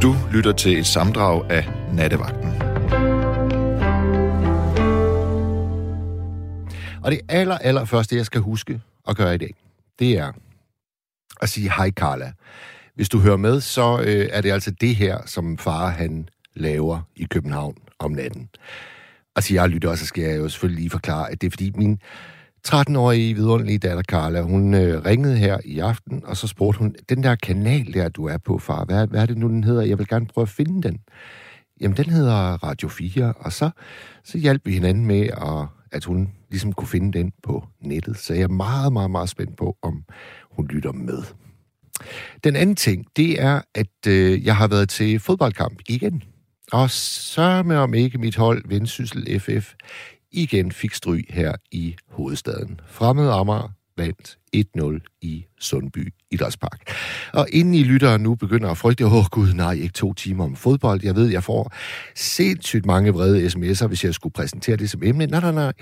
Du lytter til et sammendrag af Nattevagten. Og det allerførste, jeg skal huske at gøre i dag, det er at sige hej Carla. Hvis du hører med, så er det altså det her, som far han laver i København om natten. Altså jeg lytter, og så skal jeg jo selvfølgelig lige forklare, at det er fordi min 13-årige vidunderlige datter Carla, hun ringede her i aften, og så spurgte hun, den der kanal der, du er på, far, hvad er det nu, den hedder? Jeg vil gerne prøve at finde den. Jamen, den hedder Radio 4, og så hjalp vi hinanden med, at hun ligesom kunne finde den på nettet. Så jeg er meget, meget, meget spændt på, om hun lytter med. Den anden ting, det er, at jeg har været til fodboldkamp igen. Og så med om ikke mit hold, Vendsyssel FF, igen fik stryg her i hovedstaden. Fremad Amager vandt 1-0 i Sundby Idrætspark. Og inden I lytter nu begynder at frygte, gud nej, ikke 2 timer om fodbold. Jeg ved, jeg får sindssygt mange vrede sms'er, hvis jeg skulle præsentere det som emne. Nej.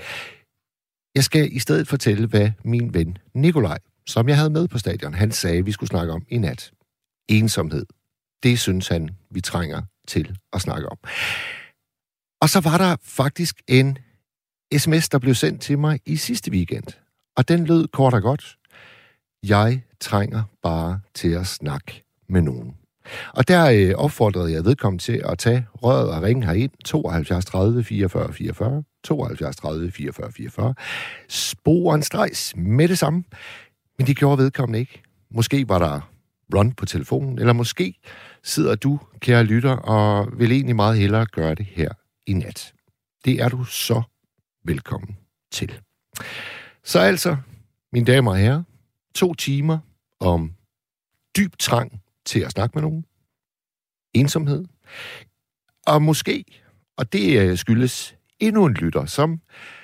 Jeg skal i stedet fortælle, hvad min ven Nikolaj, som jeg havde med på stadion, han sagde, vi skulle snakke om i nat. Ensomhed. Det synes han, vi trænger til at snakke om. Og så var der faktisk en sms, der blev sendt til mig i sidste weekend. Og den lød kort og godt. Jeg trænger bare til at snakke med nogen. Og der opfordrede jeg vedkommende til at tage røret og ringe herind. 72 30 44 44. 72 30 44 44. Sporen strejs med det samme. Men det gjorde vedkommende ikke. Måske var der run på telefonen, eller måske sidder du, kære lytter, og vil egentlig meget hellere gøre det her i nat. Det er du så velkommen til. Så altså, mine damer og herrer, 2 timer om dyb trang til at snakke med nogen, ensomhed, og måske, og det skyldes endnu en lytter, som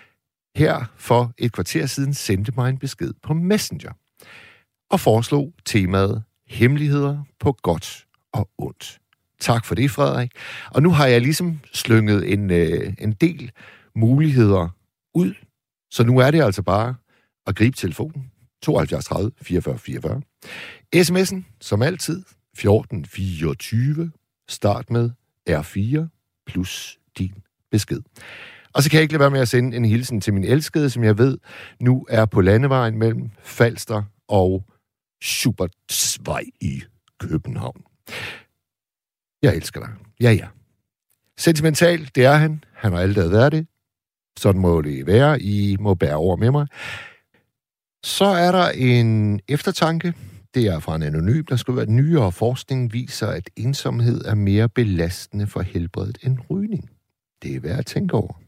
her for et kvarter siden sendte mig en besked på Messenger, og foreslog temaet hemmeligheder på godt og ondt. Tak for det, Frederik. Og nu har jeg ligesom slynget en del muligheder ud, så nu er det altså bare at gribe telefonen. 72 30 44 44. SMS'en, som altid, 1424. Start med R4 plus din besked. Og så kan jeg ikke lade være med at sende en hilsen til min elskede, som jeg ved nu er på landevejen mellem Falster og Supersvej i København. Jeg elsker dig. Ja. Sentimental, det er han. Han har altid været det. Sådan må det være. I må bære over med mig. Så er der en eftertanke. Det er fra en anonym, der skriver, at nyere forskning viser, at ensomhed er mere belastende for helbredet end rygning. Det er værd at tænke over.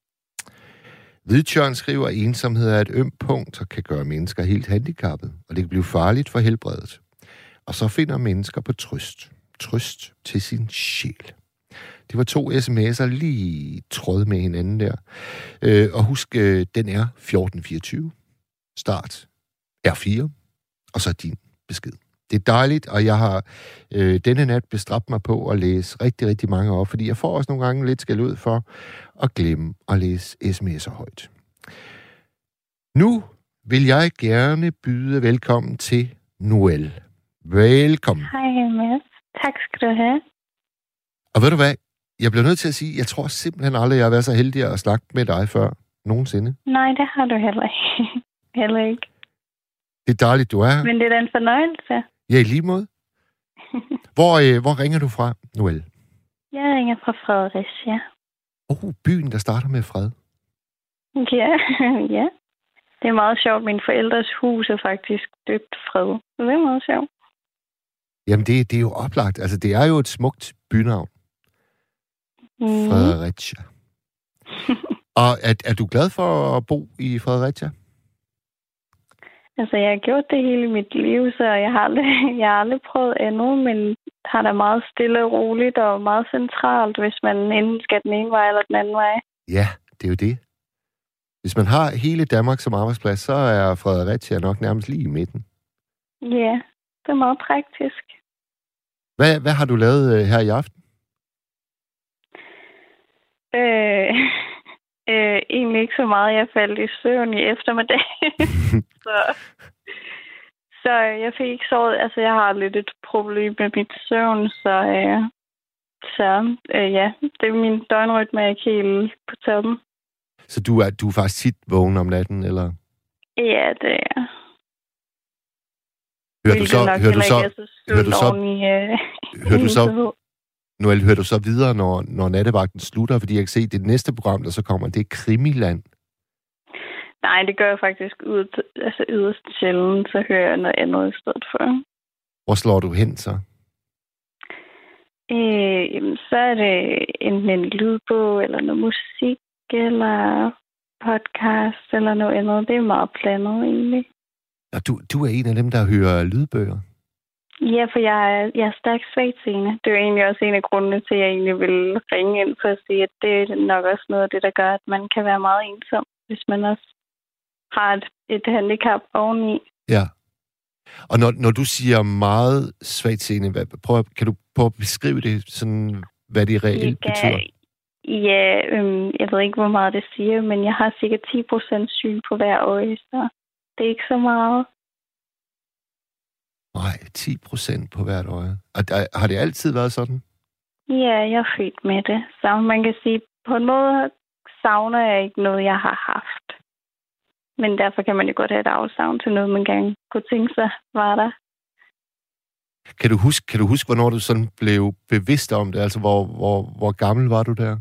Hvidtjørn skriver, at ensomhed er et ømt punkt og kan gøre mennesker helt handicappet, og det kan blive farligt for helbredet. Og så finder mennesker på trøst til sin sjæl. Det var 2 sms'er lige tråd med hinanden der. Og husk, den er 1424. Start R4, og så din besked. Det er dejligt, og jeg har denne nat bestræbt mig på at læse rigtig, rigtig mange op, fordi jeg får også nogle gange lidt skæld ud for at glemme at læse sms'er højt. Nu vil jeg gerne byde velkommen til Noel. Velkommen. Hej, Mads. Tak skal du have. Og ved du hvad? Jeg bliver nødt til at sige, jeg tror simpelthen aldrig, jeg har været så heldig at snakke med dig før nogensinde. Nej, det har du heller ikke. Det er dejligt, du er her. Men det er da en fornøjelse. Ja, i lige måde. Hvor ringer du fra, Noel? Jeg ringer fra Fredericia. Byen, der starter med fred. Ja. Det er meget sjovt. Mine forældres hus er faktisk døbt Fred. Det er meget sjovt. Jamen, det er jo oplagt. Altså, det er jo et smukt bynavn. Fredericia. Og er du glad for at bo i Fredericia? Altså, jeg har gjort det hele mit liv, så jeg har aldrig prøvet andet, men har da meget stille og roligt og meget centralt, hvis man enten skal den ene vej eller den anden vej. Ja, det er jo det. Hvis man har hele Danmark som arbejdsplads, så er Fredericia nok nærmest lige i midten. Ja, det er meget praktisk. Hvad har du lavet her i aften? Egentlig ikke så meget. Jeg faldt i søvn i eftermiddag. så jeg fik ikke sovet. Altså, jeg har lidt et problem med mit søvn, så Så ja, det er min døgnrytme er ikke helt på toppen. Så du er faktisk tit vågen om natten, eller? Ja, det er. Hører du så videre, når nattevagten slutter? Fordi jeg kan se, det næste program, der så kommer, det er Krimiland. Nej, det gør jeg faktisk yderst sjældent, så hører jeg noget andet i stedet for. Hvor slår du hen så? Så er det enten en lydbog, eller noget musik, eller podcast, eller noget andet. Det er meget blandet egentlig. Og du er en af dem, der hører lydbøger? Ja, for jeg er stærkt svagtseende. Det er jo egentlig også en af grundene til, at jeg egentlig vil ringe ind for at sige, at det er nok også noget af det, der gør, at man kan være meget ensom, hvis man også har et handicap oveni. Ja. Og når du siger meget svagtseende, kan du prøve at beskrive det, sådan, hvad det reelt betyder? Ja, jeg ved ikke, hvor meget det siger, men jeg har cirka 10% syn på hver øje, så det er ikke så meget. Nej, 10% på hvert øje. Og har det altid været sådan? Ja, jeg er født med det. Så man kan sige, på en måde savner jeg ikke noget, jeg har haft. Men derfor kan man jo godt have et afsavn til noget, man gerne kunne tænke sig var der. Kan du huske, hvornår du sådan blev bevidst om det? Altså, hvor gammel var du der?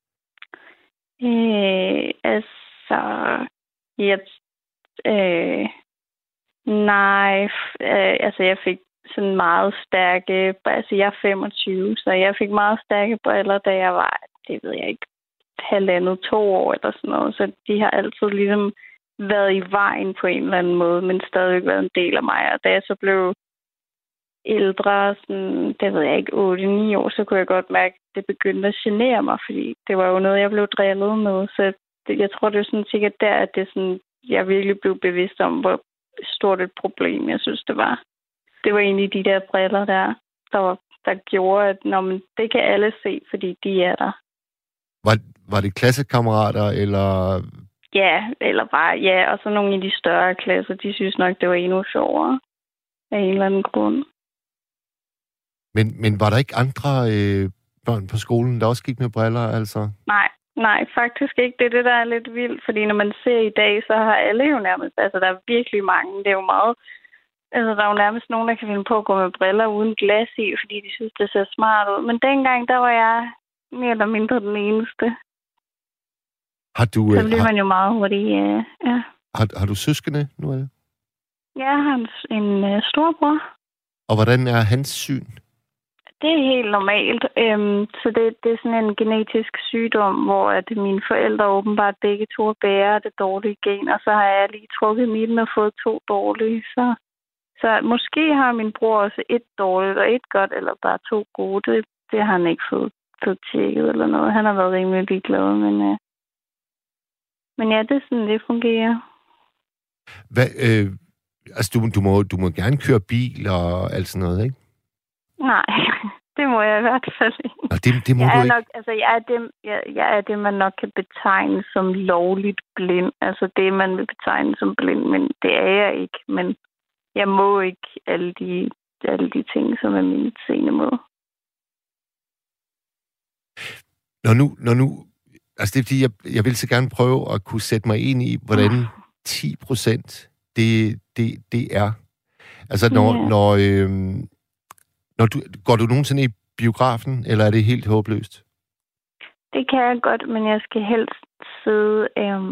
Jeg fik sådan meget stærke... Altså, jeg er 25, så jeg fik meget stærke briller, da jeg var, det ved jeg ikke, 1,5-2 år eller sådan noget. Så de har altid ligesom været i vejen på en eller anden måde, men stadigvæk været en del af mig. Og da jeg så blev ældre, sådan, det ved jeg ikke, 8-9 år, så kunne jeg godt mærke, at det begyndte at genere mig, fordi det var jo noget, jeg blev drillet med. Så jeg tror, det er sådan sikkert der, at det sådan, jeg virkelig blev bevidst om, hvor stort et problem, jeg synes, det var. Det var egentlig de der briller der gjorde, at det kan alle se, fordi de er der. Var det klassekammerater, eller... Ja, eller bare, ja, og så nogle af de større klasser, de synes nok, det var endnu sjovere af en eller anden grund. Men var der ikke andre børn på skolen, der også gik med briller, altså? Nej, faktisk ikke. Det er det, der er lidt vildt, fordi når man ser i dag, så har alle jo nærmest, altså der er virkelig mange, det er jo meget, altså der er jo nærmest nogen, der kan finde på at gå med briller uden glas i, fordi de synes, det ser smart ud. Men dengang, der var jeg mere eller mindre den eneste. Så bliver man jo meget hurtigt, ja. Har du søskende nu, eller? Jeg har en storbror. Og hvordan er hans syn? Det er helt normalt. Så det er sådan en genetisk sygdom, hvor at mine forældre åbenbart begge to bærer det dårlige gen, og så har jeg lige trukket midten og fået 2 dårlige. Så måske har min bror også 1 dårligt og 1 godt, eller bare 2 gode. Det har han ikke fået tjekket eller noget. Han har været rimelig ligeglad, men ja, det er sådan, det fungerer. Altså, du må gerne køre bil og alt sådan noget, ikke? Nej, det må jeg i hvert fald ikke. Og det må du ikke? Nok, altså, jeg er det, man nok kan betegne som lovligt blind. Altså det, man vil betegne som blind, men det er jeg ikke. Men jeg må ikke alle de ting, som er min seende måde. Når nu, altså det er fordi, jeg vil så gerne prøve at kunne sætte mig ind i, hvordan 10% det er. Altså går du nogensinde i biografen, eller er det helt håbløst? Det kan jeg godt, men jeg skal helst sidde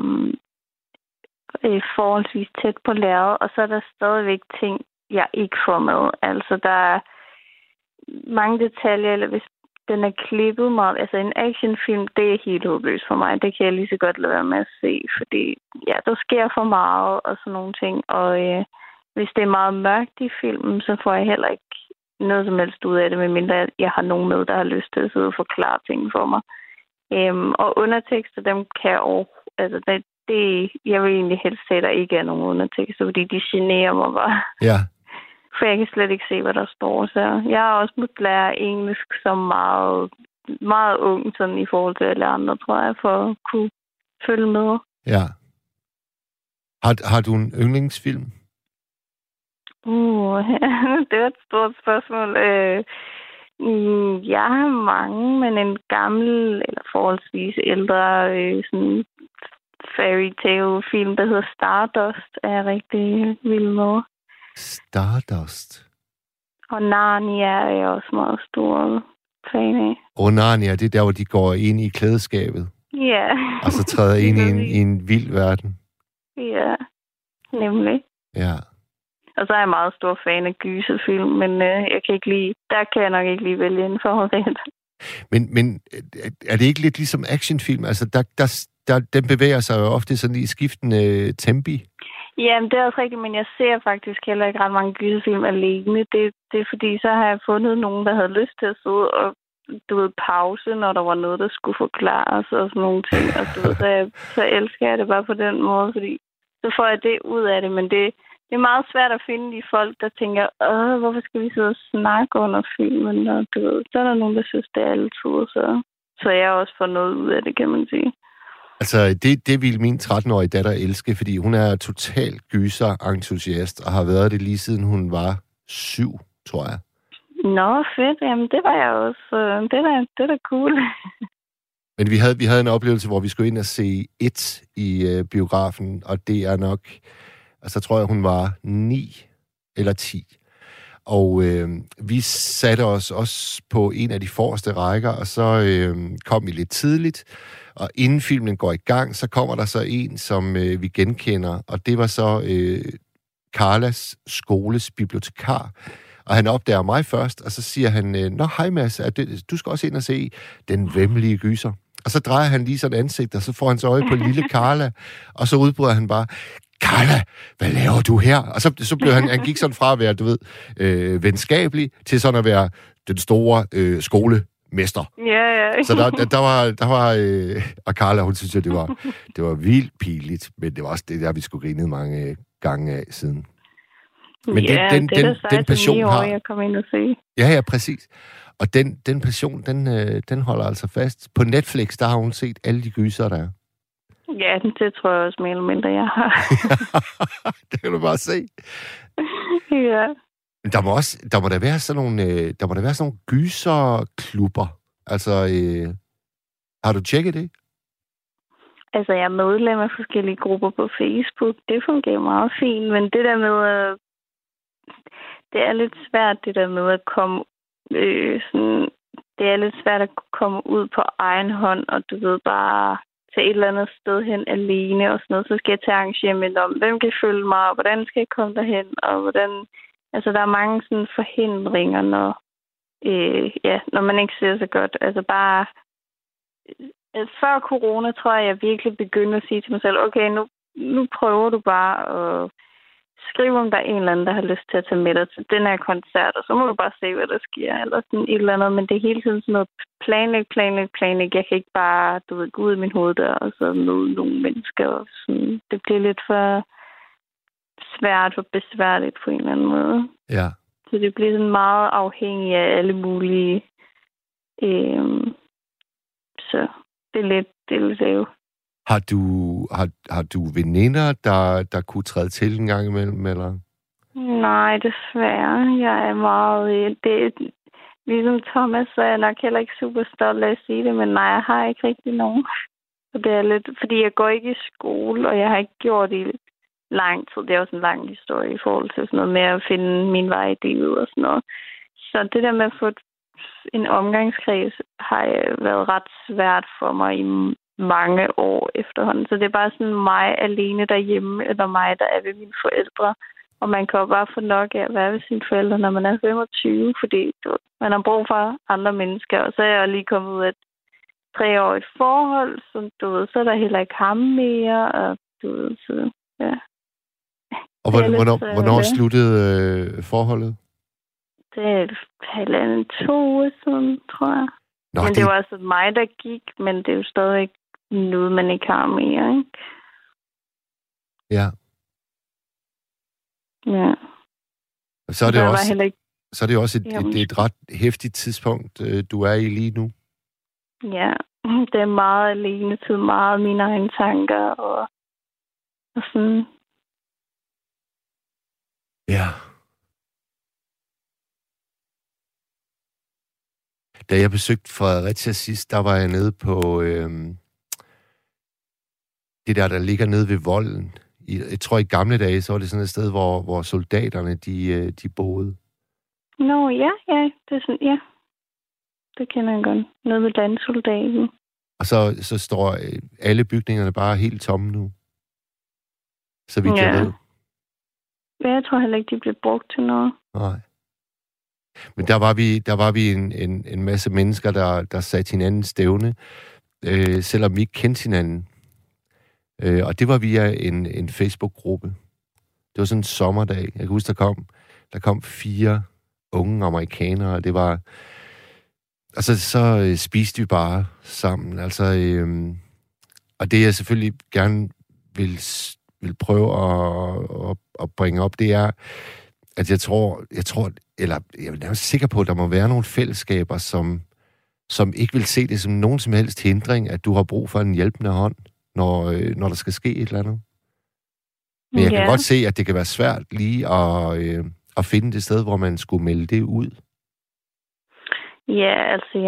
forholdsvis tæt på lærredet, og så er der stadigvæk ting, jeg ikke får med. Altså, der er mange detaljer, eller hvis den er klippet meget. Altså, en actionfilm, det er helt håbløst for mig. Det kan jeg lige så godt lade være med at se, fordi ja, der sker for meget og sådan nogle ting. Og hvis det er meget mørkt i filmen, så får jeg heller ikke noget som helst ud af det, medmindre jeg har nogen med, der har lyst til at sidde og forklare ting for mig. Og undertekster, dem kan jeg altså jeg vil egentlig helst sige, at der ikke er nogen undertekster, fordi de generer mig bare. Ja. For jeg kan slet ikke se, hvad der står. Så jeg har også måttet lære engelsk som meget, meget ung, sådan i forhold til alle andre, tror jeg, for at kunne følge med. Ja. Har du en yndlingsfilm? Det var et stort spørgsmål. Jeg har mange, men en gammel, eller forholdsvis ældre, sådan fairy tale film, der hedder Stardust, er jeg rigtig vild med. Stardust? Og Narnia er jeg også meget stor fan af. Og Narnia, det er der, hvor de går ind i klædeskabet. Ja. Og så træder ind i en vild verden. Ja, nemlig. Ja. Og så er jeg meget stor fan af gyserfilm, men der kan jeg nok ikke lige vælge en favorit. Men er det ikke lidt ligesom actionfilm? Altså, den bevæger sig jo ofte sådan i skiftende tempi. Jamen, det er også rigtigt, men jeg ser faktisk heller ikke ret mange gyserfilm alene. Det er fordi, så har jeg fundet nogen, der havde lyst til at sidde og pause, når der var noget, der skulle forklares og sådan nogle ting. Og så elsker jeg det bare på den måde, fordi så får jeg det ud af det, men det er meget svært at finde de folk, der tænker, hvorfor skal vi sidde og snakke under filmen? Og så er der nogen, der synes, det er altid, så jeg også får noget ud af det, kan man sige. Altså, det vil min 13-årige datter elske, fordi hun er total gyser-entusiast og har været det lige siden hun var 7, tror jeg. Nå, fedt. Jamen, det var jeg også. Det er da cool. Men vi havde en oplevelse, hvor vi skulle ind og se It i biografen, og det er nok... Altså, tror jeg, hun var 9 eller 10. Og vi satte os også på en af de forreste rækker, og så kom vi lidt tidligt. Og inden filmen går i gang, så kommer der så en, som vi genkender, og det var så Carlas skoles bibliotekar. Og han opdager mig først, og så siger han, nå, hej Mads, du skal også ind og se Den Væmmelige Gyser. Og så drejer han lige sådan ansigt, og så får hans øje på lille Carla, og så udbryder han bare, Carla, hvad laver du her? Og så blev han gik sådan fra at være, venskabelig, til sådan at være den store skolemester. Ja. Så der var og Carla, hun synes, at det var vildt pinligt, men det var også det der, vi skulle grine mange gange af siden. Men ja, den passion har... Jeg kom ind og se. Ja, præcis. Og den passion, den holder altså fast. På Netflix, der har hun set alle de gyser, der er. Ja, det tror jeg også mere eller mindre, jeg har. Det kan du bare se. Ja. Men der må være sådan nogle gyserklubber. Altså, har du tjekket det? Altså, jeg er medlem af forskellige grupper på Facebook. Det fungerer meget fint, men det der med, det er lidt svært, det der med at komme det er lidt svært at komme ud på egen hånd, og du ved bare til et eller andet sted hen alene og sådan noget. Så skal jeg til arrangement om, hvem kan følge mig, og hvordan skal jeg komme derhen, og hvordan... Altså, der er mange sådan forhindringer, når man ikke ser så godt. Altså, bare... Før corona, tror jeg virkelig begyndte at sige til mig selv, okay, nu prøver du bare at skrive, om der er en eller anden, der har lyst til at tage med dig til den her koncert, og så må du bare se, hvad der sker, eller sådan et eller andet. Men det er hele tiden sådan noget planlæg. Jeg kan ikke bare, gå ud i min hoved der, og så møde nogle mennesker. Og sådan. Det bliver lidt for svært, for besværligt på en eller anden måde. Ja. Så det bliver sådan meget afhængigt af alle mulige... Så det er lidt ærgerligt. Har du veninder, der kunne træde til en gang imellem, eller? Nej, desværre. Jeg er meget... Ligesom Thomas, så er jeg nok heller ikke super stolt af at sige det, men nej, jeg har ikke rigtig nogen. Så det er lidt... Fordi jeg går ikke i skole, og jeg har ikke gjort det i lang tid. Det er også en lang historie i forhold til sådan noget med at finde min vej i livet og sådan noget. Så det der med at få en omgangskreds har været ret svært for mig i mange år efterhånden. Så det er bare sådan mig alene derhjemme, eller mig, der er ved mine forældre. Og man kan jo bare få nok af at være ved sine forældre, når man er 25, fordi man har brug for andre mennesker. Og så er jeg lige kommet ud af et 3-årigt forhold, så er der heller ikke ham mere. Og så ja. Og hvornår sluttede forholdet? Det er 1,5-2 uger siden, tror jeg. Nå, men det var altså mig, der gik, men det er jo stadig noget, man ikke har mere, ikke? Ja. Ja. Så er det jo også et ret hæftigt tidspunkt, du er i lige nu. Ja, det er meget alene tid, meget mine egne tanker og sådan. Ja. Da jeg besøgte Fredericia sidst, der var jeg nede på det der ligger nede ved volden. Jeg tror, i gamle dage, så var det sådan et sted, hvor soldaterne, de boede. Nå, ja, det er sådan, ja. Det kender jeg godt. Nede ved landsoldaten. Og så står alle bygningerne bare helt tomme nu. Så vidt jeg ved. Ja, jeg tror heller ikke, de bliver brugt til noget. Nej. Men der var vi en masse mennesker, der satte hinanden stævne, selvom vi ikke kendte hinanden. Og det var via en Facebook-gruppe. Det var sådan en sommerdag. Jeg kan huske, der kom 4 unge amerikanere, og det var... Altså, så spiste vi bare sammen. Altså, og det jeg selvfølgelig gerne vil prøve at bringe op, det er, at jeg tror, eller jeg er sikker på, at der må være nogle fællesskaber, som ikke vil se det som nogen som helst hindring, at du har brug for en hjælpende hånd, når der skal ske et eller andet. Men jeg kan godt se, at det kan være svært lige at finde det sted, hvor man skulle melde det ud. Ja, altså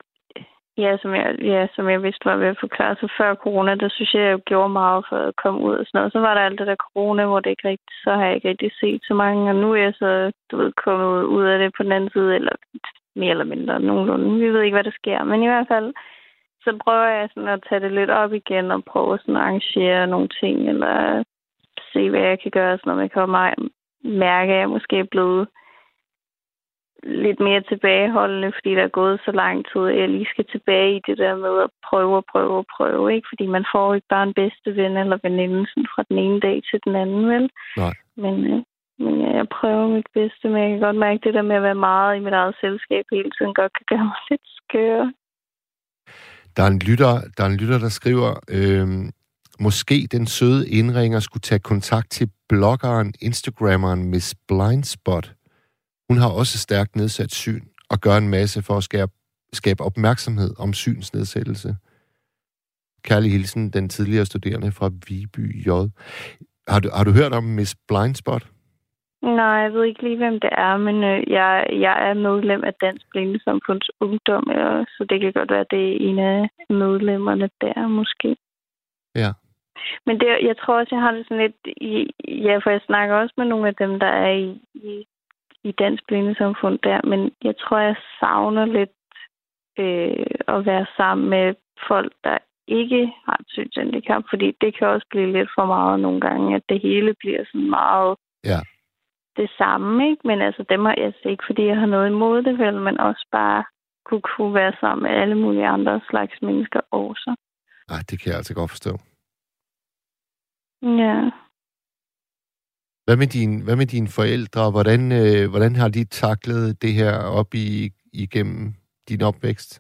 som jeg vidste var ved at forklare, så før corona, der synes jeg gjorde meget for at komme ud og sådan noget. Så var der alt det der corona, hvor det ikke rigtig, så har jeg ikke rigtig set så mange, og nu er jeg så, kommet ud af det på den anden side, eller mere eller mindre nogenlunde. Vi ved ikke, hvad der sker, men i hvert fald, så prøver jeg sådan at tage det lidt op igen, og prøve sådan at arrangere nogle ting, eller se, hvad jeg kan gøre, sådan at jeg kan mærke, at jeg måske er blevet lidt mere tilbageholdende, fordi der er gået så lang tid, at jeg lige skal tilbage i det der med at prøve, ikke? Fordi man får ikke bare en bedste ven eller veninde sådan fra den ene dag til den anden, vel? Nej. Men jeg prøver mit bedste, men jeg kan godt mærke det der med at være meget i mit eget selskab hele tiden, godt kan gøre mig lidt skør. Der er en lytter, der skriver, måske den søde indringer skulle tage kontakt til bloggeren, Instagrammeren Miss Blindspot. Hun har også stærkt nedsat syn og gør en masse for at skabe opmærksomhed om synsnedsættelse. Kærlig hilsen, den tidligere studerende fra Viby J. Har du hørt om Miss Blindspot? Nej, jeg ved ikke lige, hvem det er, men jeg er medlem af Dansk Blindesamfunds Ungdom, så det kan godt være, at det er en af medlemmerne der, måske. Ja. Men jeg tror også, jeg har det sådan lidt... Ja, for jeg snakker også med nogle af dem, der er i Dansk Blindesamfund der, men jeg tror, jeg savner lidt at være sammen med folk, der ikke har et synshandicap, fordi det kan også blive lidt for meget nogle gange, at det hele bliver sådan meget det samme, ikke? Men altså, dem har jeg ikke, fordi jeg har noget imod det, vel, men også bare kunne være sammen med alle mulige andre slags mennesker også. Nej, det kan jeg altså godt forstå. Ja. Hvad med dine forældre? Hvordan har de taklet det her op igennem din opvækst?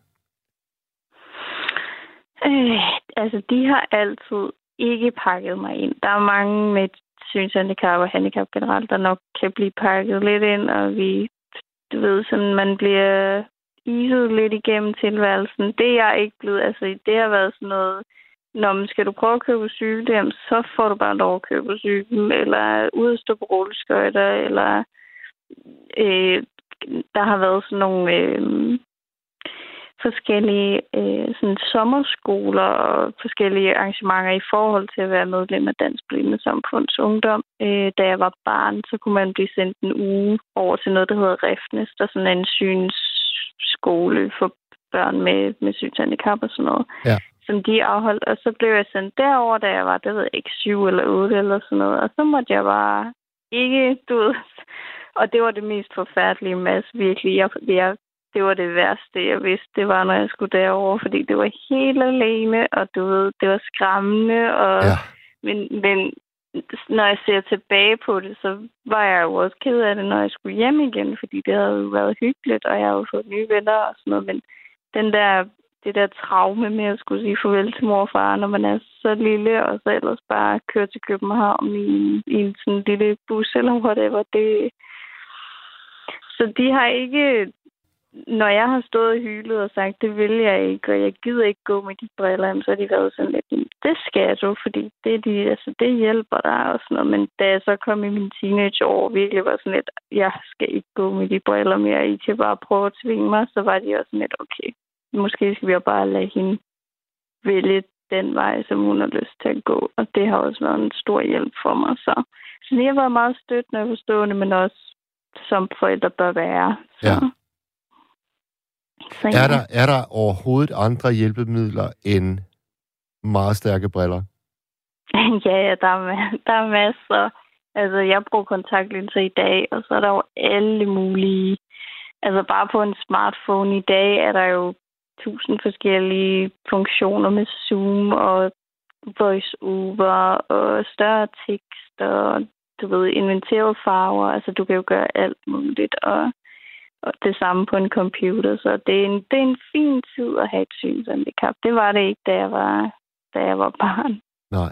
Altså, de har altid ikke pakket mig ind. Der er mange med synshandicap og handicap generelt, der nok kan blive pakket lidt ind, og du ved, sådan, man bliver iset lidt igennem tilværelsen. Det er jeg ikke blevet, altså, det har været sådan noget, når skal du prøve at købe cykel, så får du bare lov at købe cykel, eller ud at stå på rulleskøjter, eller der har været sådan nogle forskellige sådan sommerskoler og forskellige arrangementer i forhold til at være medlem af Dansk Blindesamfunds Ungdom. Da jeg var barn, så kunne man blive sendt en uge over til noget, der hedder Refnes, der er sådan en synsskole for børn med synshandicap og sådan noget. Ja. Som de afholdt, og så blev jeg sendt derover, da jeg var, det ved jeg ikke, 7 eller 8 eller sådan noget, og så måtte jeg bare ikke, og det var det mest forfærdelige, Mads, virkelig. Det var det værste, jeg vidste, det var, når jeg skulle derover, fordi det var helt alene, og du ved, det var skræmmende, og men når jeg ser tilbage på det, så var jeg jo også ked af det, når jeg skulle hjem igen, fordi det havde jo været hyggeligt, og jeg havde jo fået nye venner og sådan noget, men det der traume med at skulle sige farvel til mor og far, når man er så lille, og så ellers bare køre til København i en sådan lille bus, eller whatever, det... Så de har ikke når jeg har stået og hylet og sagt, det vil jeg ikke, og jeg gider ikke gå med de briller, så har de været sådan lidt, det skal du, fordi det hjælper dig og sådan noget. Men da jeg så kom i min teenageår, virkelig var sådan lidt, jeg skal ikke gå med de briller mere, I kan bare prøve at tvinge mig, så var de også sådan lidt, okay, måske skal vi jo bare lade hende vælge den vej, som hun har lyst til at gå, og det har også været en stor hjælp for mig, så det har været meget støttende og forstående, men også som forældre bør være. Så. Ja. Så, ja. Er der overhovedet andre hjælpemidler end meget stærke briller? Ja, der er masser. Altså, jeg bruger kontaktlinser i dag, og så er der jo alle mulige. Altså, bare på en smartphone i dag er der jo 1000 forskellige funktioner med Zoom og voice-over og større tekst og, du ved, inventerede farver. Altså, du kan jo gøre alt muligt, og det samme på en computer. Så det er en fin tid at have et synshandicap. Det var det ikke, da jeg var barn. Nej.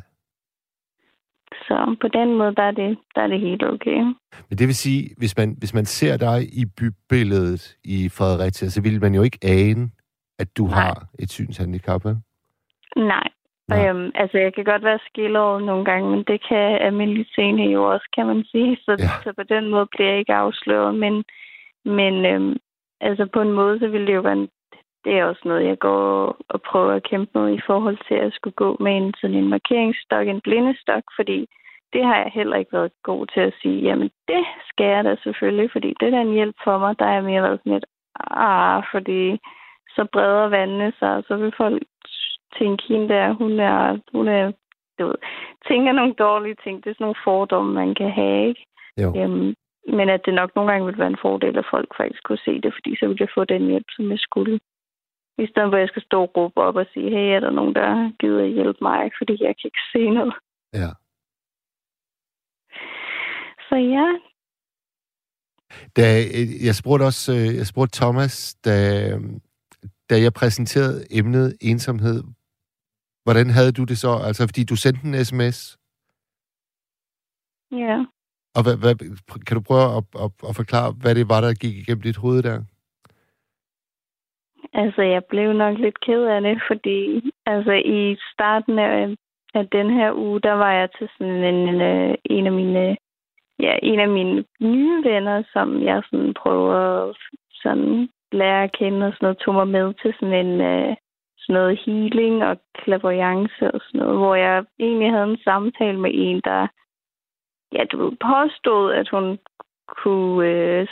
Så på den måde, der er det helt okay. Men det vil sige, hvis man ser dig i bybilledet i Fredericia, så vil man jo ikke ane, at du har et synshandicap, ikke? Nej. Altså, jeg kan godt være skildret nogle gange, men det kan almindelig seende jo også, kan man sige. Så på den måde bliver jeg ikke afsløret. Men altså, på en måde, så ville det jo være det er også noget, jeg går og prøver at kæmpe med i forhold til at skulle gå med sådan en markeringsstok, en blindestok, fordi det har jeg heller ikke været god til at sige, jamen det skal jeg da selvfølgelig, fordi det er en hjælp for mig, der er mere været sådan lidt, fordi så breder vandene sig, og så vil folk tænke, hende der, hun er du ved, tænker nogle dårlige ting, det er sådan nogle fordomme, man kan have, ikke? Jo. Men at det nok nogle gange ville være en fordel, at folk faktisk kunne se det, fordi så ville jeg få den hjælp, som jeg skulle. I stedet for, at jeg skal stå og råbe op og sige, hey, er der nogen, der gider hjælpe mig, fordi jeg kan ikke se noget. Ja. Så ja. Jeg spurgte Thomas, da jeg præsenterede emnet ensomhed, hvordan havde du det så? Altså, fordi du sendte en sms? Ja. Og kan du prøve at forklare, hvad det var, der gik igennem dit hoved der? Altså, jeg blev nok lidt ked af det, fordi altså, i starten af den her uge, der var jeg til sådan en af mine nye venner, som jeg sådan prøver at sådan lære at kende og sådan noget, tog mig med til sådan noget healing og clairvoyance og sådan noget, hvor jeg egentlig havde en samtale med en, der påstod, at hun kunne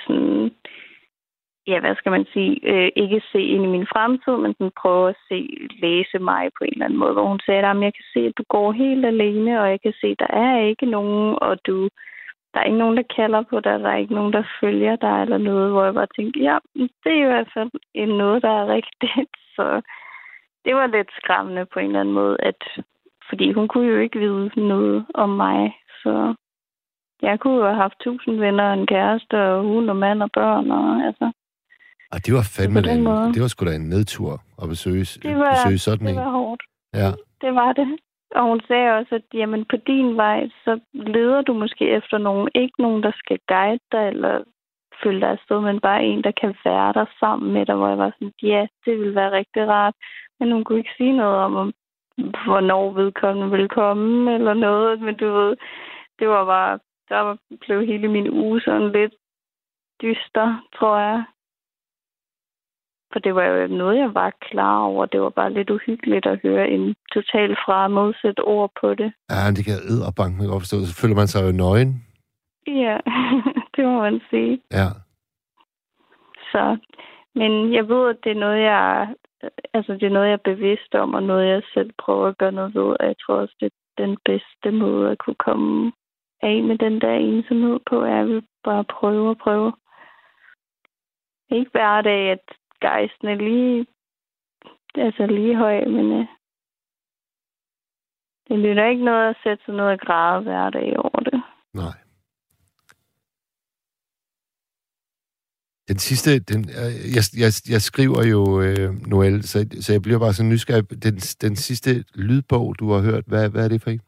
hvad skal man sige, ikke se ind i min fremtid, men sådan prøve at læse mig på en eller anden måde, hvor hun sagde, at jeg kan se, at du går helt alene, og jeg kan se, at der er ikke nogen, og der er ikke nogen, der kalder på dig, der er ikke nogen, der følger dig eller noget, hvor jeg bare tænkte, ja, det er i hvert fald noget, der er rigtigt. Så det var lidt skræmmende på en eller anden måde, fordi hun kunne jo ikke vide noget om mig, så jeg kunne jo have haft 1000 venner og en kæreste, og hund og mand og børn, og altså. Og det var fandme det var sgu da en nedtur at besøge sådan en. Det var hårdt. Ja. Det var det. Og hun sagde også, at jamen, på din vej, så leder du måske efter nogen. Ikke nogen, der skal guide dig eller følge dig afsted, men bare en, der kan være der sammen med dig, hvor jeg var sådan, ja, det ville være rigtig rart. Men hun kunne ikke sige noget om hvornår vedkommende ville komme eller noget. Men du ved, det var bare, der blev hele min uge sådan lidt dyster, tror jeg. For det var jo noget, jeg var klar over. Det var bare lidt uhyggeligt at høre en totalt modsat ord på det. Ja, det kan edderbanken godt forstå. Så føler man sig jo nøgen. Ja, det må man sige. Ja. Så, men jeg ved, at det er noget, jeg er bevidst om, og noget, jeg selv prøver at gøre noget ved. Og jeg tror også, det er den bedste måde at kunne komme af med den der ensomhed på. Jeg vil bare prøve. Ikke hver dag, at gejsten er lige høj, men det lyder ikke noget at sætte sig noget og græde hver dag over det. Nej. Den sidste, jeg skriver jo Noelle, så jeg bliver bare så nysgerrig. Den sidste lydbog, du har hørt, hvad er det for en?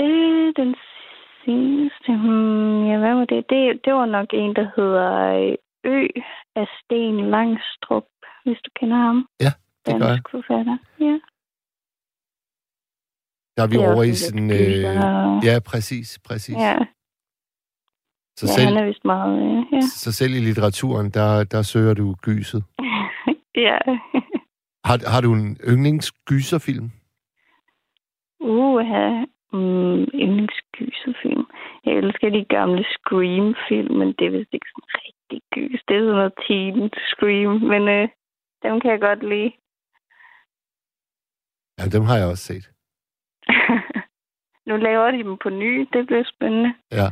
Den seneste, hvad var det? Det var nok en, der hedder Ø af Sten Langstrup, hvis du kender ham. Ja, det gør jeg. Dansk forfatter. Ja. Der er vi Det er over i også sådan... lidt gyser. Ja, præcis. Ja. Så, Ja, selv, han er vist meget... Ja. så selv i litteraturen, der søger du gyset. Ja. Har du en yndlingsgyserfilm? Yndlingsgyserfilm. Jeg elsker de gamle Scream-film, men det er vist ikke sådan rigtig gys. Det er sådan noget teen Scream, men dem kan jeg godt lide. Ja, dem har jeg også set. Nu laver de dem på ny. Det bliver spændende. Ja.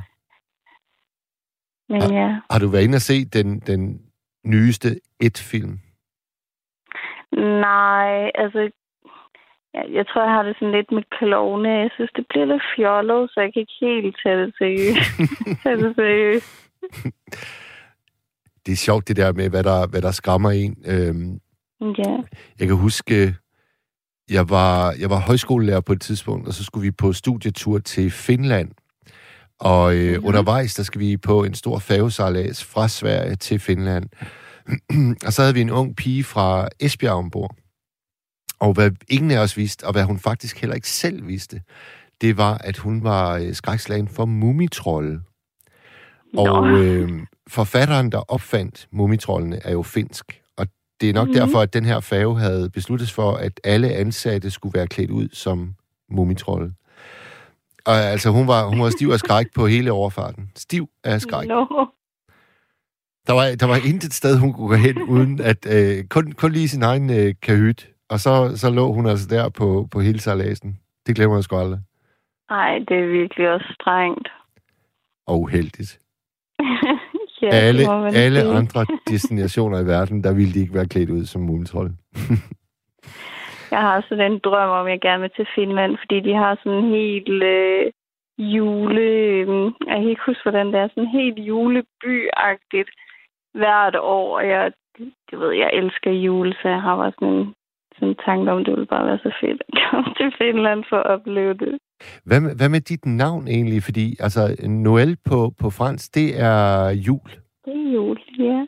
Men ja. Har du været inde og se den nyeste It-film? Nej, altså... Jeg tror, jeg har det sådan lidt med klovne. Jeg synes, det bliver lidt fjollet, så jeg kan ikke helt tage det seriøst. Det er sjovt, det der med, hvad der skræmmer en. Ja. Jeg kan huske, jeg var højskolelærer på et tidspunkt, og så skulle vi på studietur til Finland. Og undervejs, der skal vi på en stor færgesejlads fra Sverige til Finland. Og så havde vi en ung pige fra Esbjerg ombord. Og hvad ingen af os vidste, og hvad hun faktisk heller ikke selv vidste, det var, at hun var skrækslagen for mumitrolde. Og forfatteren, der opfandt mumitrollene, er jo finsk. Og det er nok derfor, at den her færge havde besluttet for, at alle ansatte skulle være klædt ud som mumitrolde. Og altså, hun var stiv af skræk på hele overfarten. Stiv af skræk. No. Der var intet sted, hun kunne gå hen, uden at kun lige sin egen kahyt. Og så lå hun altså der på hele sejladsen. Det glemmer jeg sgu aldrig. Nej, det er virkelig også strengt. Og uheldigt. Ja, alle andre destinationer i verden, der ville de ikke være klædt ud som mumitrolde. Jeg har sådan en drøm om, at jeg gerne vil til Finland, fordi de har sådan en helt jeg kan ikke huske, hvordan det er, sådan helt juleby-agtigt hvert år. Og jeg elsker jul, så jeg har bare sådan en tanke om, det ville bare være så fedt at komme til Finland for at opleve det. Hvad med dit navn egentlig? Fordi altså, Noël på fransk, det er jul. Det er jul, ja.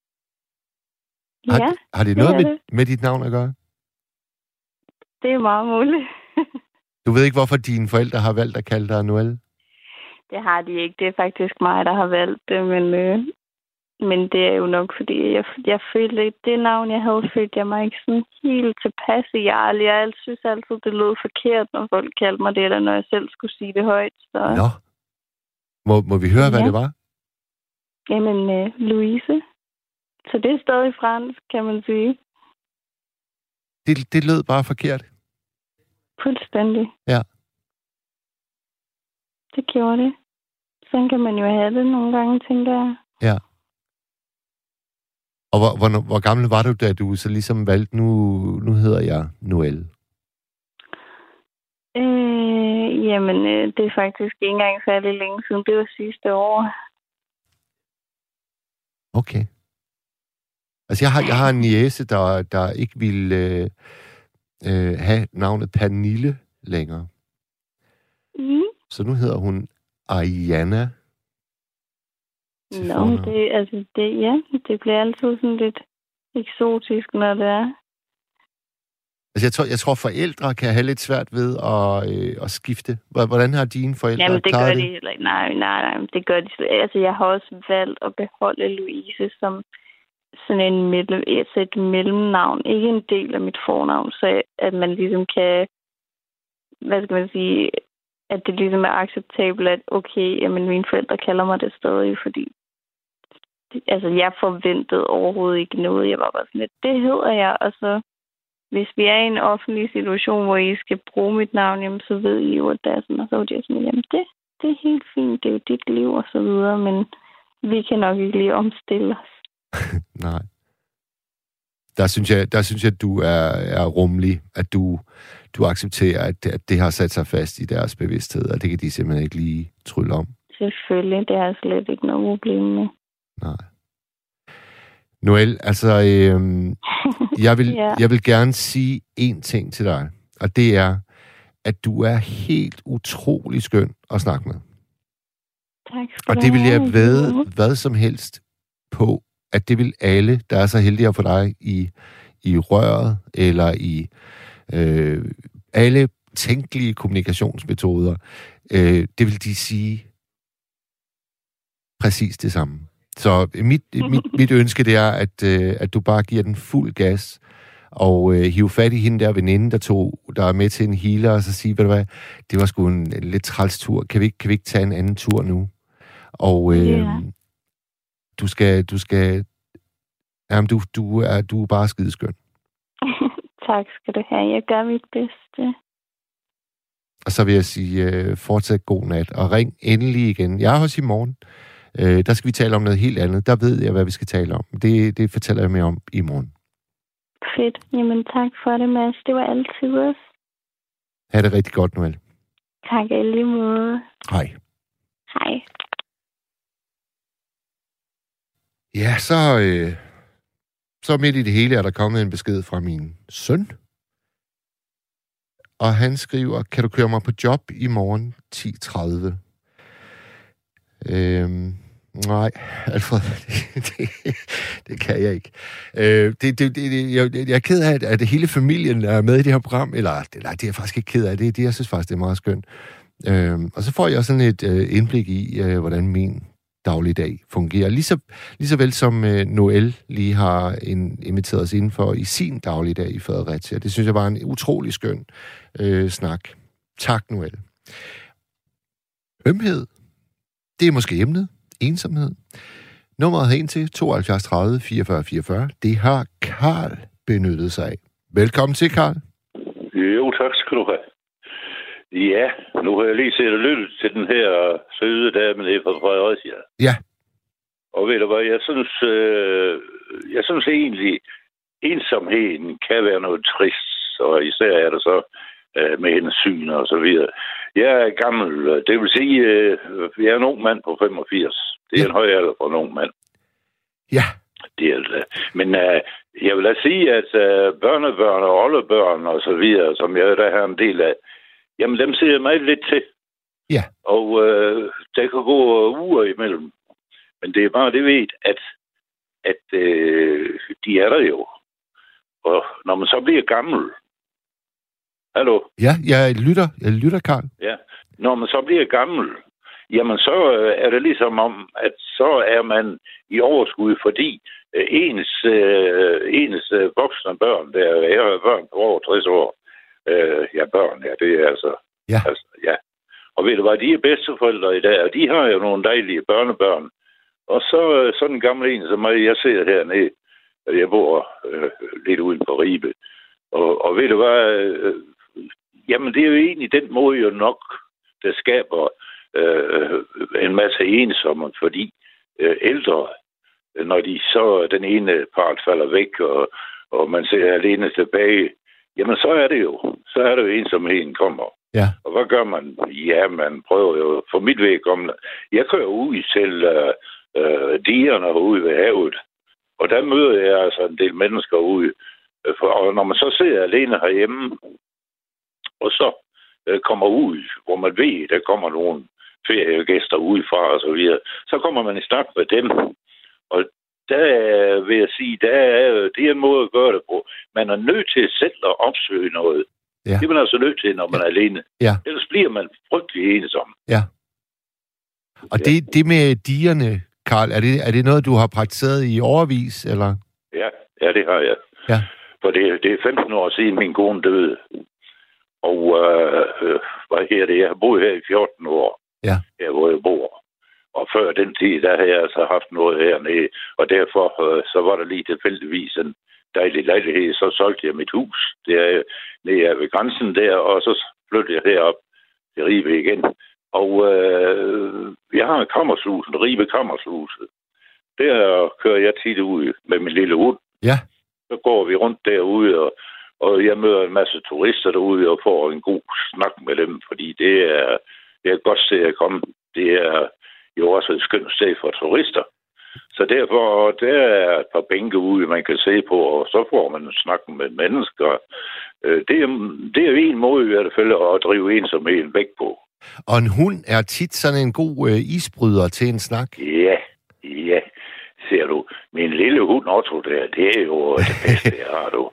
Har det noget med dit navn at gøre? Det er meget muligt. Du ved ikke, hvorfor dine forældre har valgt at kalde dig Noël? Det har de ikke. Det er faktisk mig, der har valgt det, men det er jo nok, fordi jeg følte ikke det navn, jeg havde, følte jeg mig ikke sådan helt tilpas i. Jeg synes altid, det lød forkert, når folk kaldte mig det, eller når jeg selv skulle sige det højt. Så. Nå. Må vi høre, hvad det var? Jamen, Louise. Så det er stadig fransk, kan man sige. Det lød bare forkert. Fuldstændig. Ja. Det gjorde det. Sådan kan man jo have det nogle gange, tænker jeg. Ja. Og hvor gammel var du, da du så ligesom valgte, nu hedder jeg Noël? Jamen, det er faktisk ikke engang særlig længe siden. Det var sidste år. Okay. Altså, jeg har en niece, der ikke ville have navnet Pernille længere. Mm. Så nu hedder hun Ariana. Nå, det bliver altid sådan lidt eksotisk, når det er. Altså, jeg tror forældre kan have lidt svært ved at skifte. Hvordan har dine forældre Jamen, det klaret gør de heller ikke. Nej, det gør de slet. Altså, jeg har også valgt at beholde Louise som sådan et mellemnavn. Ikke en del af mit fornavn, så at man ligesom kan, hvad skal man sige, at det ligesom er acceptabelt, at okay, jamen mine forældre kalder mig det stadig, fordi altså, jeg forventede overhovedet ikke noget. Jeg var bare sådan lidt, det hedder jeg, og så hvis vi er i en offentlig situation, hvor I skal bruge mit navn, jamen, så ved I jo, at det er sådan, og så er det sådan, jamen det er helt fint, det er jo dit liv og så videre, men vi kan nok ikke lige omstille os. Nej. Der synes jeg, at du er rummelig, at du accepterer, at det har sat sig fast i deres bevidsthed, og det kan de simpelthen ikke lige trylle om. Selvfølgelig, det har jeg slet ikke noget problem med. Nej. Noël, altså, jeg vil gerne sige én ting til dig, og det er, at du er helt utrolig skøn at snakke med. Tak skal og det vil jeg vædde hvad som helst på, at det vil alle, der er så heldige at få dig i røret, eller i alle tænkelige kommunikationsmetoder, det vil de sige præcis det samme. Så mit ønske, det er, at du bare giver den fuld gas, og hive fat i hende der veninde, der er med til en healer, og så sige, ved du hvad, det var sgu en lidt træls tur. Kan vi ikke tage en anden tur nu? Og du skal jamen, du er bare skideskøn. Tak skal du have. Jeg gør mit bedste. Og så vil jeg sige, fortsat god nat, og ring endelig igen. Jeg er hos i morgen. Der skal vi tale om noget helt andet. Der ved jeg, hvad vi skal tale om. Det fortæller jeg mere om i morgen. Fedt. Jamen tak for det, Mads. Det var altid også. Ha' det rigtig godt, Noel. Tak i lige måde. Hej. Hej. Ja, så midt i det hele er der kommet en besked fra min søn. Og han skriver, kan du køre mig på job i morgen 10:30? Nej, Alfred, det kan jeg ikke. Jeg er ked af, at hele familien er med i det her program. Eller det er jeg faktisk ikke ked af. Det jeg synes faktisk, det er meget skønt. Og så får jeg sådan et indblik i, hvordan min dagligdag fungerer. Lige så vel som Noel lige har inviteret os indenfor i sin dagligdag i Fredericia. Det synes jeg var en utrolig skøn snak. Tak, Noel. Ømhed. Det er måske emnet. Ensomhed. Nummeret hen til 72 30 44 44. Det har Karl benyttet sig af. Velkommen til, Karl. Jo, tak skal du have. Ja, nu har jeg lige set og lyttet til den her søde dame nede fra Fredericia. Ja. Og ved du hvad, jeg synes egentlig, ensomheden kan være noget trist, og især er det så med hendes syn og så videre. Jeg er gammel, det vil sige, jeg er en ung mand på 85. Det er en høj alder for en ung mand. Ja. Det er det. Men jeg vil da sige, at børnebørn og oldebørn og så videre, som jeg der har en del af, jamen dem ser jeg meget lidt til. Ja. Og der kan gå uger imellem. Men det er bare det ved, at de er der jo. Og når man så bliver gammel. Hallo? Ja, jeg lytter, Karl. Ja. Når man så bliver gammel, jamen så er det ligesom om, at så er man i overskud, fordi ens voksne børn, jeg har børn på over 60 år, det er altså... Ja. Altså, ja. Og ved du hvad, de er bedsteforældre i dag, og de har jo nogle dejlige børnebørn. Og så sådan en gammel en som mig, jeg sidder hernede, og jeg bor lidt uden på Ribe. Og ved du hvad, jamen det er jo egentlig den måde jo nok, der skaber en masse ensomme, fordi ældre, når de så den ene part falder væk, og man ser alene tilbage, jamen så er det jo ensomheden kommer. Ja. Og hvad gør man? Ja, man prøver jo, for mit vedkommende, jeg kører ud til digerne ude ved havet, og der møder jeg altså en del mennesker ude, og når man så sidder alene herhjemme, og så kommer ud, hvor man ved, der kommer nogle feriegæster udefra og så videre, så kommer man i snak med dem, og der vil jeg sige, det er en måde at gøre det på. Man er nødt til selv at opsøge noget. Ja. Det er man altså nødt til, når man er alene. Ja. Ellers bliver man frygtelig ensom. Ja. Og det med digerne, Karl, er det noget, du har praktiseret i årevis, eller? Ja, det har jeg. Ja. For det er 15 år siden, min kone døde. Og jeg har boet her i 14 år. Ja. Her, hvor jeg bor. Og før den tid, der har jeg altså haft noget hernede. Og derfor så var der lige tilfældigvis en dejlig lejlighed. Så solgte jeg mit hus. Det er nede ved grænsen der, og så flyttede jeg herop til Ribe igen. Og jeg har Kammershuset, Ribe Kammershuset. Der kører jeg tit ud med min lille hund. Ja. Så går vi rundt derude, og jeg møder en masse turister derude og får en god snak med dem, fordi det er et godt sted at komme. Det er jo også et skønt sted for turister. Så derfor, der er et par bænke ude, man kan se på, og så får man snakken med mennesker. Det er jo en måde i hvert fald at drive ensomheden væk på. Og en hund er tit sådan en god isbryder til en snak? Ja. Ser du, min lille hund Otto der, det er jo det bedste, jeg har, du.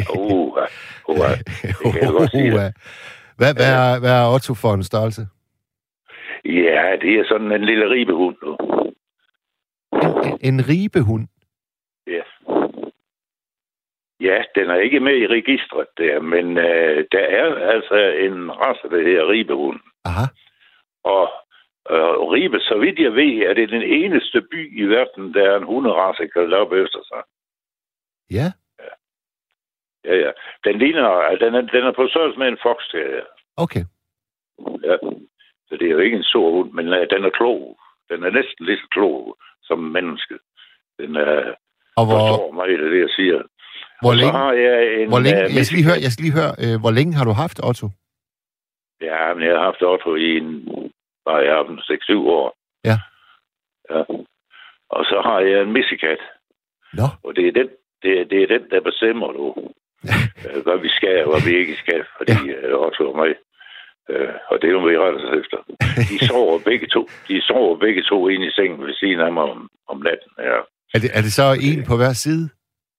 Det kan jeg godt sige det. Hvad er Otto for en størrelse? Ja, det er sådan en lille ribehund, du. En ribehund? Ja. Ja, den er ikke med i registret der, men der er altså en race, der hedder ribehund. Aha. Og Ribe, så vidt jeg ved, er det den eneste by i verden, der er en hunderace kaldt op efter sig. Ja. Ja. Den ligner, den er på størrelse med en fox der. Okay. Ja. Så det er jo ikke en stor hund, men den er klog. Den er næsten lige så klog som menneske. Den er forstår mig i det, jeg siger. Jeg skal lige høre, hvor længe har du haft Otto? Ja, men jeg har haft Otto i jeg har haft 6-7 år. Ja. Og så har jeg en missekat. Nå. Og det er den, der bestemmer nu, hvad vi skal og hvad vi ikke skal, fordi Otto og mig. Og det er jo, vi retter sig efter. De sover begge to inde i sengen ved siden af mig om natten. Ja. Er det så en på hver side?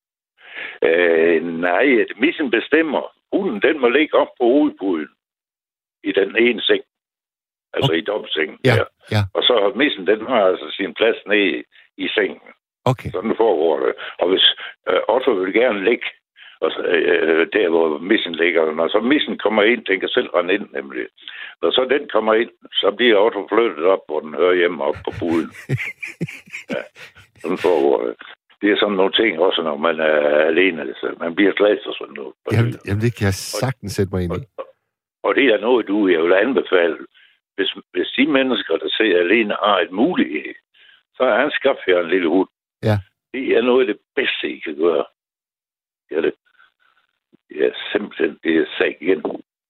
Nej, missen bestemmer. Hunden, den må ligge op på hovedpuden i den ene seng. Altså i dobbeltsengen. Ja. Og så missen, den har altså sin plads nede i sengen. Okay. Sådan foregår det. Og hvis Otto vil gerne ligge og så, der, hvor missen ligger, når så missen kommer ind, den kan selv rende ind, nemlig. Når så den kommer ind, så bliver Otto flyttet op, hvor den hører hjemme op på puden. Ja, sådan foregår det. Det er sådan nogle ting, også når man er alene. Altså. Man bliver glad for sådan noget. Jamen, det kan jeg sagtens sætte mig ind i. Og det er noget, jeg vil anbefale. Hvis de mennesker, der sidder alene, har et mulighed, så er han skabt her en lille hund. Ja. Det er noget af det bedste, I kan gøre. Det er det. Ja, simpelthen, det er sag igen.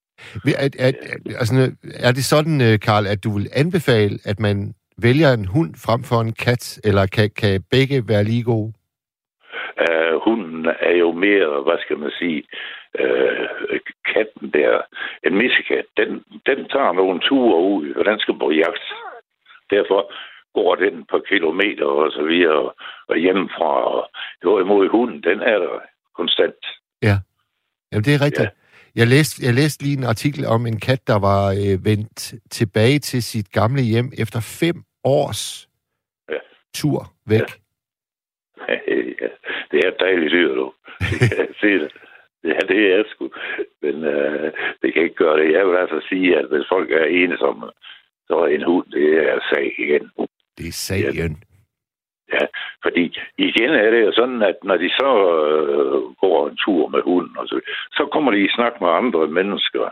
Er det sådan, Karl, at du vil anbefale, at man vælger en hund frem for en kat, eller kan begge være lige gode? Hunden er jo mere, hvad skal man sige, katten der, en missekat, den tager nogle ture ud, og den skal på jagt. Derfor går den på kilometer og så videre, og hjemmefra. Hvorimod hunden, den er der konstant. Ja, jamen det er rigtigt. Ja. Jeg læste lige en artikel om en kat, der var vendt tilbage til sit gamle hjem efter 5 års tur væk. Ja. Det er et dejligt dyr, du. Det kan jeg se det. Ja, det er sgu. Men det kan ikke gøre det. Jeg vil altså sige, at hvis folk er ensomme, så er en hund, det er sag igen. Det er sag igen. Ja, fordi igen er det jo sådan, at når de så går en tur med hunden, og så kommer de i snak med andre mennesker.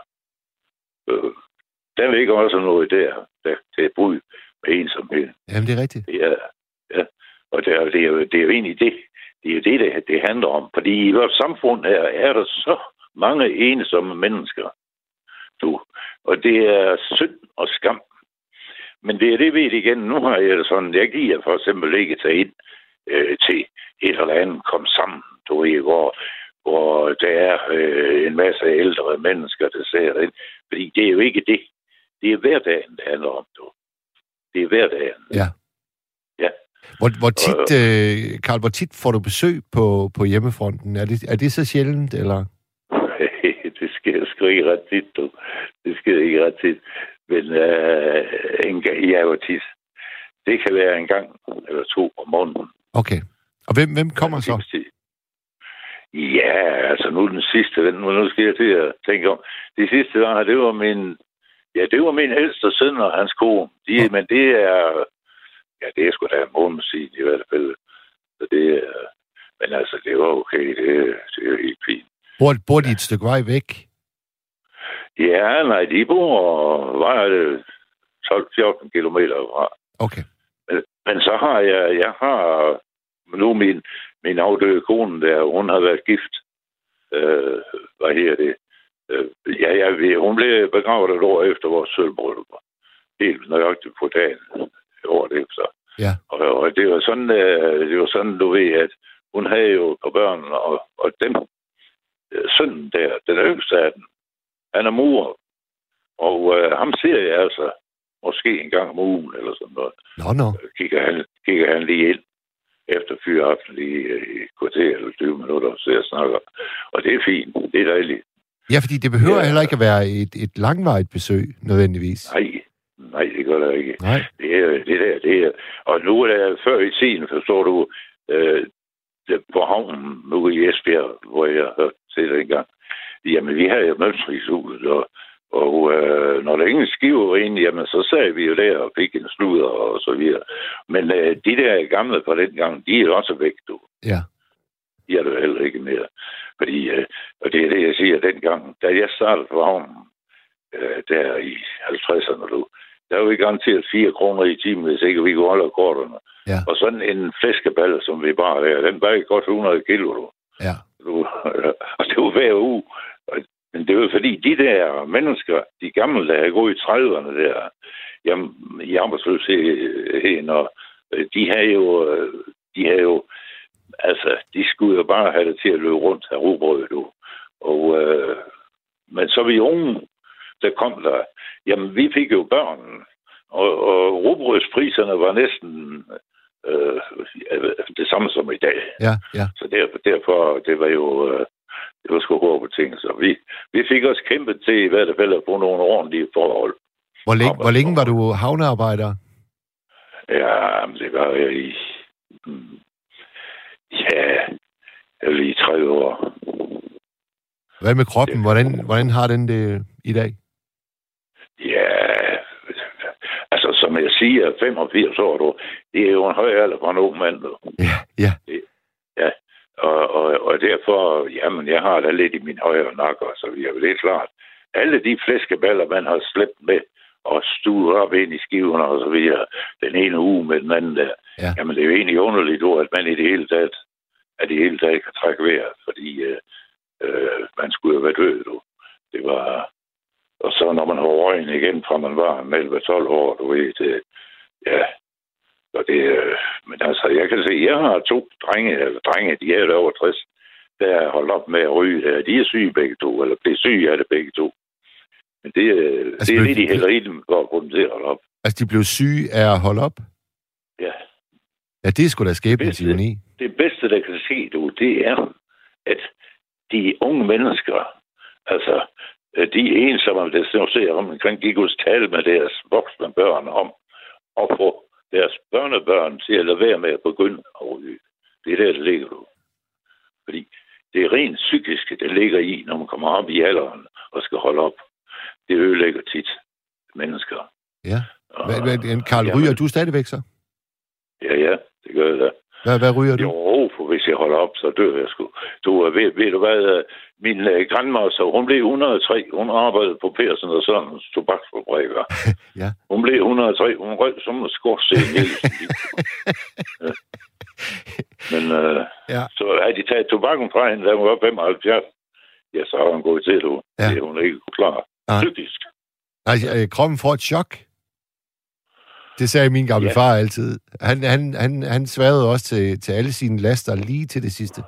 Der ligger også noget der er brud med ensomhed. Jamen, det er rigtigt. Ja. Og det er jo egentlig det. Det er jo det handler om. Fordi i vores samfund her er der så mange ensomme mennesker. Og det er synd og skam. Men det er det, ved igen. Nu har jeg det sådan, jeg giver for eksempel ikke tage ind til et eller andet kom sammen, hvor der er en masse ældre mennesker, der ser ind. Fordi det er jo ikke det. Det er hverdagen, det handler om. Det er hverdagen. Ja. Ja. Karl, hvor tit får du besøg på hjemmefronten? Er det så sjældent, eller? Det sker sgu ikke ret tit, du. Det sker ikke ret tit. Men jeg er jo tit. Det kan være en gang eller 2 om måneden. Okay. Og hvem kommer så? Ja, altså nu den sidste. Nu skal jeg til at tænke om. Det sidste var, det var min ældste søn og hans kone. Men det er... Ja, det er sgu da en måned siden i hvert fald. Så det er... Men altså, det var okay. Det er helt fint. Bor de et stykke vej væk? Ja, nej, de bor 12-14 kilometer fra. Okay. Men så har jeg har nu min afdøde kone der, hun har været gift. Hvad her det? Hun blev begravet et år efter vores sølvbryllup. Helt nøjagtigt på dagen. Året efter. Ja. Og det var sådan, du ved, at hun havde jo på børn, og den sønnen der, den yngste af den, han er murer. Og ham ser jeg altså måske en gang om ugen, eller sådan noget. Nå. Kigger han lige ind. efter fyraften lige i kvarter eller 20 minutter, så jeg snakker. Og det er fint. Det er dejligt. Ja, fordi det behøver heller ikke at være et langvarigt besøg, nødvendigvis. Nej, det gør der ikke. Nej. Det er. Og nu er der før i tiden, forstår du, på havnen nu i Esbjerg, hvor jeg har hørt til det engang. Jamen, vi havde jo mønstringshuset, og når der ingen skiver var inde, jamen, så sad vi jo der og fik en sludder og så videre. Men de der gamle fra den gang, de er jo også væk, du. Ja. De er det heller ikke mere. Fordi, og det er det, jeg siger dengang, da jeg startede på havnen, der i 50'erne, der var vi garanteret 4 kroner i timen, hvis ikke vi kunne holde akkorderne. Ja. Og sådan en flæskeballe, som vi bare der, den var godt 100 kilo, du. Ja. Og det var hver uge. Men det var fordi, de der mennesker, de gamle, der havde gået i 30'erne der, jamen, i arbejdsløsheden, og de havde jo, altså, de skulle jo bare have det til at løbe rundt af rugbrød, du. Og, men så vi unge, der kom der, jamen, vi fik jo børn, og rugbrødspriserne var næsten det samme som i dag. Ja, ja. Så derfor, det var jo, det var sgu hårde betingelser. Vi fik også kæmpet til i hvert fald at få nogle ordentlige forhold. Hvor længe var du havnearbejder? Ja, det var jeg i... lige 30 år. Hvad med kroppen? Hvordan har den det i dag? Ja, altså som jeg siger, 85 år, du, det er jo en høj alder for en ung mand. Du. Ja. Ja, og derfor, jamen, jeg har da lidt i min højre nakke, så vi er jo lidt klart. Alle de flæskeballer, man har slæbt med og stuet op ind i skiverne og så videre, den ene uge med den anden der, jamen det er jo egentlig underligt, at man i det hele taget kan trække vejret, fordi man skulle jo være død, du. Det var... Og så når man har røgen igen, fra man var 11-12 år, du ved, det, ja. Og det, men altså, jeg kan se, jeg har 2 drenge, de er over 60, der er holdt op med at ryge der. De er syge begge to, eller bliver syge af det begge to. Men det er lidt i heller i dem, for at kunne til at holde op. Altså, de blev syge af at holde op? Ja. Ja, det er sgu da skæbnens ironi. Det bedste, der kan ske, du, det er, at de unge mennesker, altså, de ensomme, der ser omkring, de kunne tale med deres voksne børn om at få deres børnebørn til at lade være med at begynde at ryge. Det er der, det ligger du. Fordi det er rent psykisk, det ligger i, når man kommer op i alderen og skal holde op. Det ødelægger tit mennesker. Ja. Karl, ryger du stadigvæk så? Ja, det gør jeg da. Hvad ryger du? Jo, for hvis jeg holder op, så dør jeg sgu. Ved du hvad, min grandmor, hun blev 103. Hun arbejdede på Persen og sådan tobaksfabrikker. Ja. Hun blev 103. Hun røg som en skorsten hele sin liv. Ja. Men så havde de taget tobakken fra hende, da hun var 75. Ja, så har hun gået til det. Ja. Det er hun ikke klar. Psykisk. Nej, kroppen får et chok. Det sagde min gamle far altid. Han sværede også til alle sine laster lige til det sidste.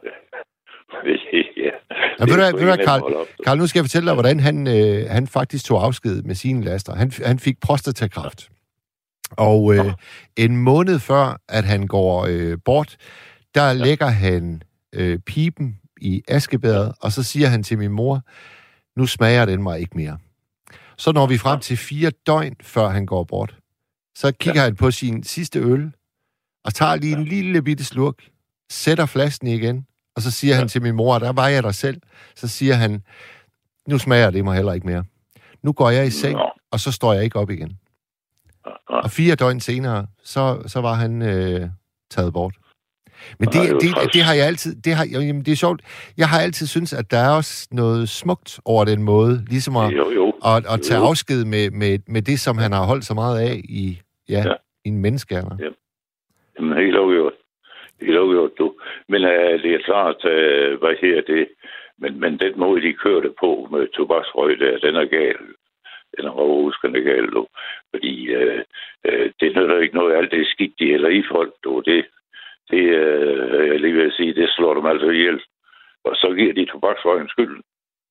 Ja, ved du hvad, Karl, nu skal jeg fortælle dig, hvordan han faktisk tog afsked med sine laster. Han fik prostatakræft. Og en måned før, at han går bort, der lægger han piben i askebæret, og så siger han til min mor, nu smager den mig ikke mere. Så når vi frem til 4 døgn, før han går bort. Så kigger han på sin sidste øl, og tager lige en lille bitte slurk, sætter flasken igen, og så siger han til min mor, der var jeg der selv, så siger han, nu smager det mig heller ikke mere. Nu går jeg i seng, og så står jeg ikke op igen. Og 4 døgn senere, så var han taget bort. Men det har jeg altid, det er sjovt, jeg har altid syntes, at der er også noget smukt over den måde, ligesom at tage afsked med det, som han har holdt så meget af i en menneskealder. Ja. Jamen, helt afgjort. Helt afgjort, du. Men det er klart, hvad her det, men den måde, de kørte på med tobaksrøg der, den er gal. Den er overhuskende gal, du. Fordi det nytter ikke noget, alt det skidt, de hælder i folk, du. Det jeg lige vil sige, det slår dem altså ihjel. Og så giver de tobaksrøgen skylden.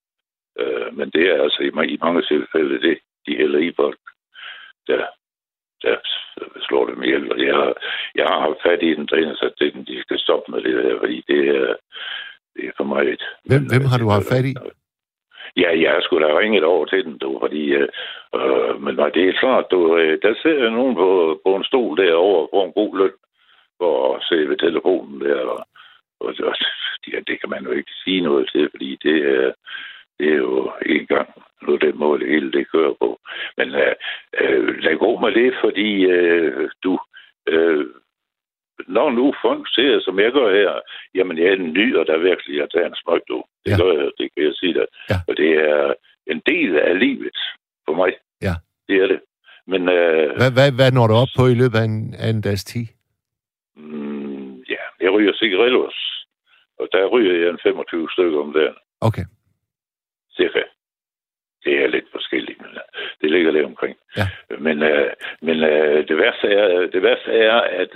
Men det er altså i mange tilfælde det, de hælder i folk. Der. der slår dem ihjel. Og jeg har haft fat i den træner, så de skal stoppe med det der, fordi det er for mig et... Hvem har du haft fat i? Ja, jeg skulle da ringet over til den, fordi... men det er klart, der sidder nogen på en stol derovre på en god løn for at se ved telefonen der, og det kan man jo ikke sige noget til, fordi det er jo en gang nu den måde det hele det kører på. Men lad gå med det, fordi når nu folk ser, som jeg gør her, jamen jeg er en ny, og der virkelig at tage en smøg, du. Det gør jeg, det kan jeg sige dig. Ja. Og det er en del af livet for mig. Ja. Det er det. Men, hvad når du op på i løbet af en dags tid? Ja, jeg ryger cigarillos, og der ryger jeg en 25 stykker om dagen. Okay. Cirka. Det er lidt forskelligt, men det ligger der omkring. Ja. Men det værste er, at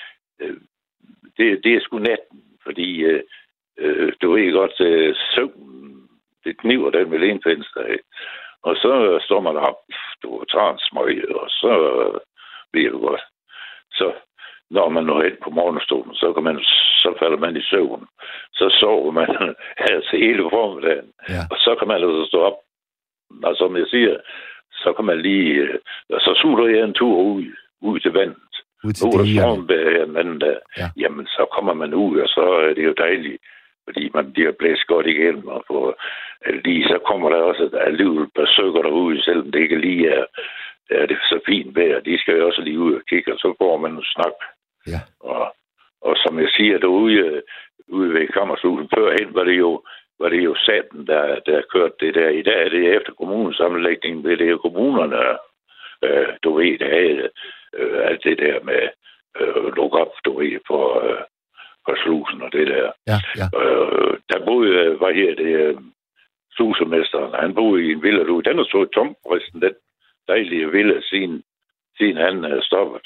det er sgu natten, fordi du ved godt, søvn, det kniver den med lenfænster af. Og så står man op, du tager en smøg, og så ved du godt. Så når man når hen på morgenstolen, så falder man i søvn. Så sover man altså hele formiddagen. Ja. Og så kan man altså stå op. Og som jeg siger, så kan man lige... så suger jeg en tur ud til vandet. Nu er der stormvejr en anden dag. Ja. Jamen, så kommer man ud, og så er det jo dejligt. Fordi man bliver blæst godt igennem, og så kommer der også alligevel besøger derude, selvom det ikke lige er det så fint vejr. De skal jo også lige ud og kigge, og så får man en snak. Ja. Og som jeg siger, derude ved Kammerslusen, førhen var det jo staten, der kørte det der. I dag er det efter kommunesammenlægningen, det er jo kommunerne, du ved, der er alt det der med lukke op, du ved, for slusen og det der. Ja, ja. Der boede, slusemesteren, han boede i en villa, den har stået tom, forresten, den dejlige villa, siden han stoppet.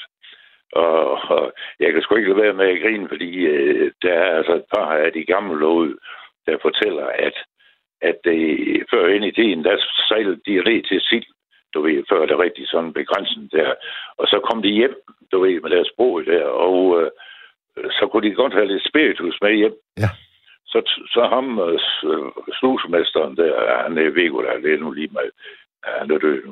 Og jeg kan sgu ikke lade være med at grine, fordi der er altså et par af de gamle love, der fortæller, at før ind i tiden, der sejlede de red til sild, du ved, før det rigtig sådan begrænsen der. Og så kom de hjem, du ved, med deres båd der, og så kunne de godt have lidt spiritus med hjem. Ja. Så ham, slusemesteren der, han er Viggo, der er nu lige med, han er død nu,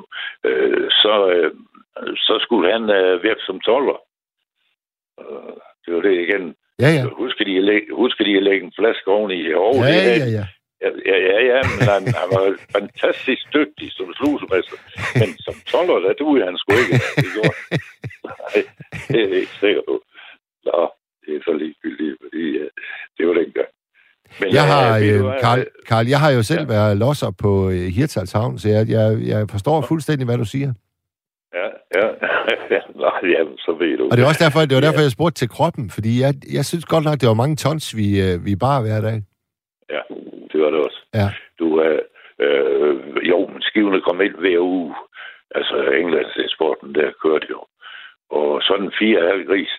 så skulle han virke som toller. Det var det igen. Ja, ja. Husker de at lægge en flaske oveni? Ja. Ja, men han var fantastisk dygtig som slusemester. Men som toller, der duede han sgu ikke. Det gjorde han. Nej, det er ikke sikkert på. Nå, det er så ligegyldigt, fordi det var dengang. Men Karl, jeg har jo selv været losser på Hirtshals Havn, så jeg forstår fuldstændig, hvad du siger. Ja. Nej, så ved du. Og det er også derfor, jeg spurgte til kroppen, fordi jeg synes godt nok, det var mange tons, vi bar hver dag. Ja, det var det også. Ja. Men skivene kom ind hver uge. Altså, Englandseksporten, der kørte jo. Og sådan 4 gris,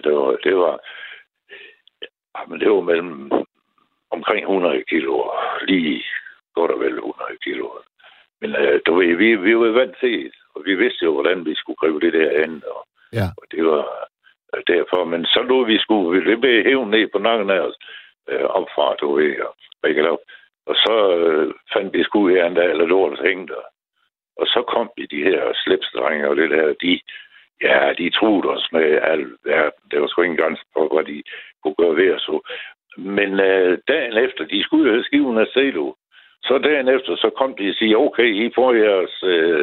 det var mellem omkring 100 kilo. Lige godt og vel 100 kilo. Men du ved, vi var vant til, og vi vidste jo, hvordan vi skulle gribe det der ind. Og det var derfor. Men så lå vi blev hævet ned på nakken af os opfra, du ved, og så fandt vi sgu her en dag, eller lort hængte. Og så kom de her slipsdrenge og det der, de truede os med alt verden. Det var sgu ingen grænse for, hvad de kunne gøre ved os. Men dagen efter, de skulle jo have skiven af Celo. Så dagen efter, så kom de og sige, okay, I får jeres,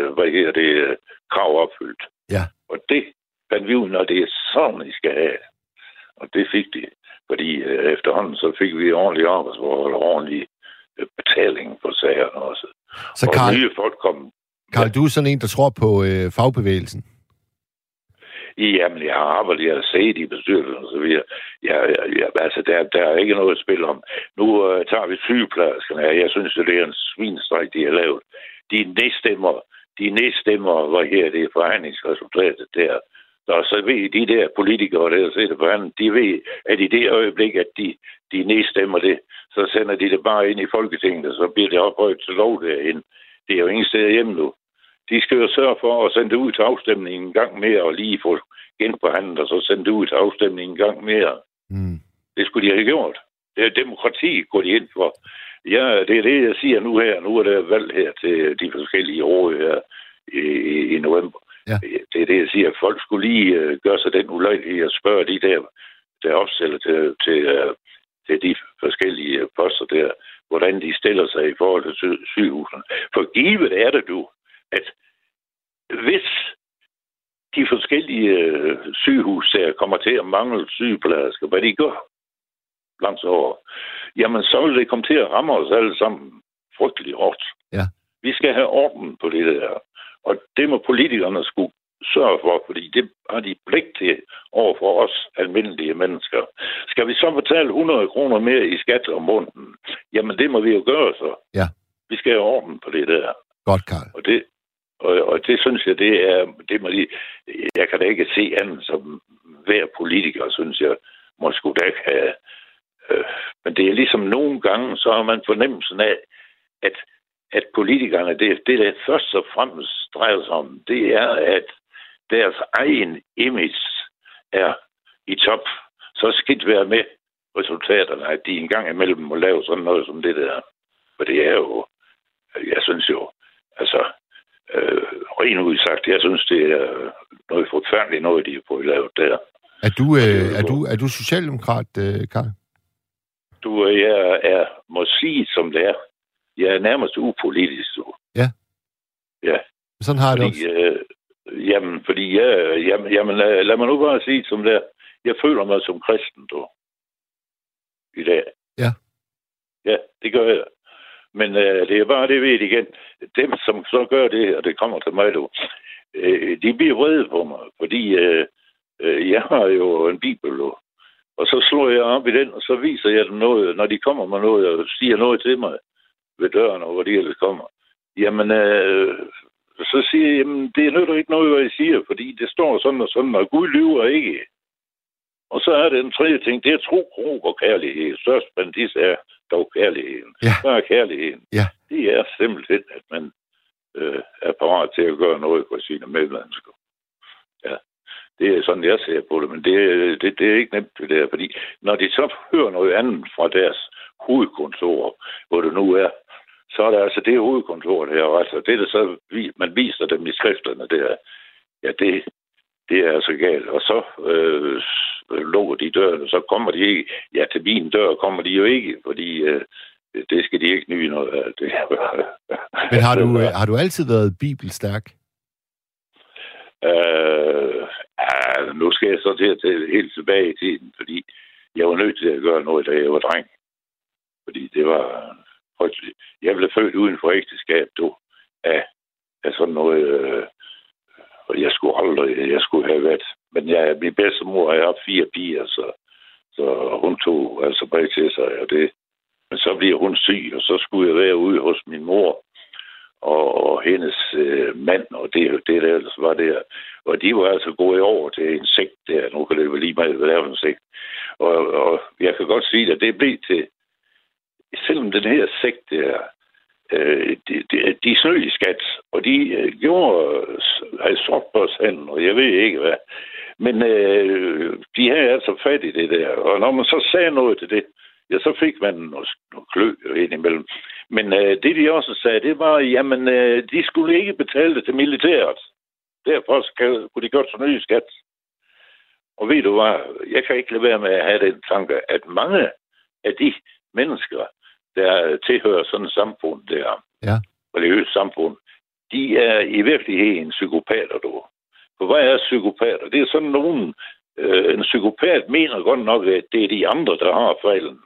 krav opfyldt. Ja. Og det fandt vi ud, når det er sådan, I skal have. Og det fik de. Fordi efterhånden, så fik vi ordentlig arbejdsforhold og ordentlig betaling på sagerne også. Så og nye folk kom. Karl, du er sådan en, der tror på fagbevægelsen? Jamen, jeg har arbejdet, jeg har set i bestyrelsen og så videre. Altså, der er ikke noget at spille om. Nu tager vi sygeplejerskerne her. Jeg synes, det er en svinestræk, de har lavet. De nedstemmer, hvad her det er forhandlingsresultatet der. Og så ved de der politikere, der sidder på handen, de ved, at i det øjeblik, at de nedstemmer det, så sender de det bare ind i Folketinget, og så bliver det ophøjet til lov derinde. Det er jo ingen sted hjemme nu. De skal jo sørge for at sende det ud til afstemning en gang mere, og lige få genforhandlet, og så sende det ud til afstemning en gang mere. Det skulle de have gjort. Det er demokrati, går de ind for. Ja, det er det, jeg siger nu her. Nu er der valg her til de forskellige råd her i november. Ja. Det er det, jeg siger. Folk skulle lige gøre sig den ulejlighed at spørge de der opstiller til de forskellige poster der, hvordan de stiller sig i forhold til sygehusene. For givet er det du, at hvis de forskellige sygehus der kommer til at mangle sygeplejersker, hvad de gør langt over, jamen så vil det komme til at ramme os alle sammen frygtelig hårdt. Ja. Vi skal have orden på det der. Og det må politikerne skulle sørge for, fordi det har de pligt til over for os almindelige mennesker. Skal vi så betale 100 kroner mere i skat om måneden? Jamen det må vi jo gøre så. Ja. Vi skal have orden på det der. Godt, Karl. Og det synes jeg, det må de... Jeg kan da ikke se andet som hver politiker, synes jeg, må sgu da ikke have... Men det er ligesom nogle gange, så har man fornemmelsen af, at politikerne, det der først og fremmest drejer sig om, det er, at deres egen image er i top. Så skal det være med resultaterne, at de engang imellem må lave sådan noget som det der. For det er jo, jeg synes jo, altså, rent udsagt, jeg synes, det er noget forfærdeligt noget, de har fået lavet der. Er du socialdemokrat, Karl? Jeg må sige, som det er. Jeg er nærmest upolitisk. Ja. Ja. Sådan har jeg det også. Lad mig nu bare sige, som det er. Jeg føler mig som kristen, du. I dag. Ja. Ja, det gør jeg. Men det er bare det, ved igen. Dem, som så gør det, og det kommer til mig, du, de bliver vrede på mig, fordi jeg har jo en bibel, du. Og så slår jeg op i den, og så viser jeg dem noget, når de kommer med noget, og siger noget til mig ved døren, og hvor de ellers kommer. Jamen, så siger jeg, jamen, det nytter ikke noget, hvad jeg siger, fordi det står sådan og sådan, og Gud lyver ikke. Og så er det en tredje ting, det er tro, ro og kærlighed. Størst blandt disse er dog kærligheden. Ja. Hvad er kærligheden? Ja. Det er simpelthen, at man er parat til at gøre noget for sine medmennesker. Ja. Det er sådan, jeg ser på det, men det er ikke nemt det der, fordi når de så hører noget andet fra deres hovedkontor, hvor det nu er, så er der altså det hovedkontor her, altså det er det så, man viser dem i skrifterne der, ja, det er altså galt, og så lukker de døren, og så kommer de ikke, ja, til min dør kommer de jo ikke, fordi det skal de ikke nye noget af. Men har du altid været bibelstærk? Nu skal jeg så til helt tilbage i tiden, fordi jeg var nødt til at gøre noget, da jeg var dreng. Fordi det var frygteligt. Jeg blev født uden for ægteskab, af sådan noget, og jeg skulle have været. Men min bedstemor, jeg har 4 piger, så hun tog altså bag til sig, og det. Men så bliver hun syg, og så skulle jeg være ude hos min mor og hendes mand, og det der ellers var der. Og de var altså gået over til en sekt der. Nu kan det jo lige meget være en sekt. Og jeg kan godt sige, at det blev til, selvom den her sekt der, de snød i skat, og de gjorde sort på sanden, og jeg ved ikke hvad. Men de havde altså fat i det der. Og når man så sagde noget til det, ja, så fik man noget klø ind imellem. Men det, de også sagde, det var, jamen, de skulle ikke betale det til militæret. Derfor kunne de godt så nye skat. Og ved du hvad, jeg kan ikke lade være med at have den tanke, at mange af de mennesker, der tilhører sådan et samfund der, religiøst samfund, de er i virkeligheden psykopater, du. For hvad er psykopater? Det er sådan nogen, en psykopat mener godt nok, at det er de andre, der har fejlen.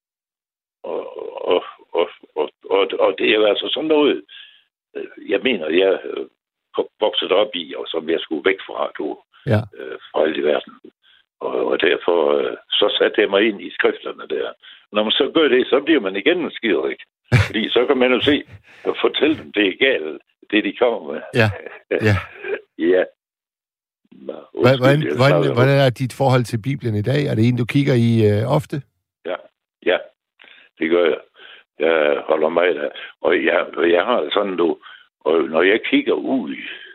Og det er jo altså sådan noget, jeg mener, jeg vokset op i, og som jeg skulle væk fra, fra alt i verden. Og derfor så satte jeg mig ind i skrifterne der. Når man så gør det, så bliver man igen en skiderik. Fordi så kan man jo se og fortælle dem, det er galt, det de kommer med. Ja. Ja. Hvordan er dit forhold til Bibelen i dag? Er det en, du kigger i ofte? Ja, det gør jeg. Jeg holder mig der. Og jeg har sådan, Og når jeg kigger ud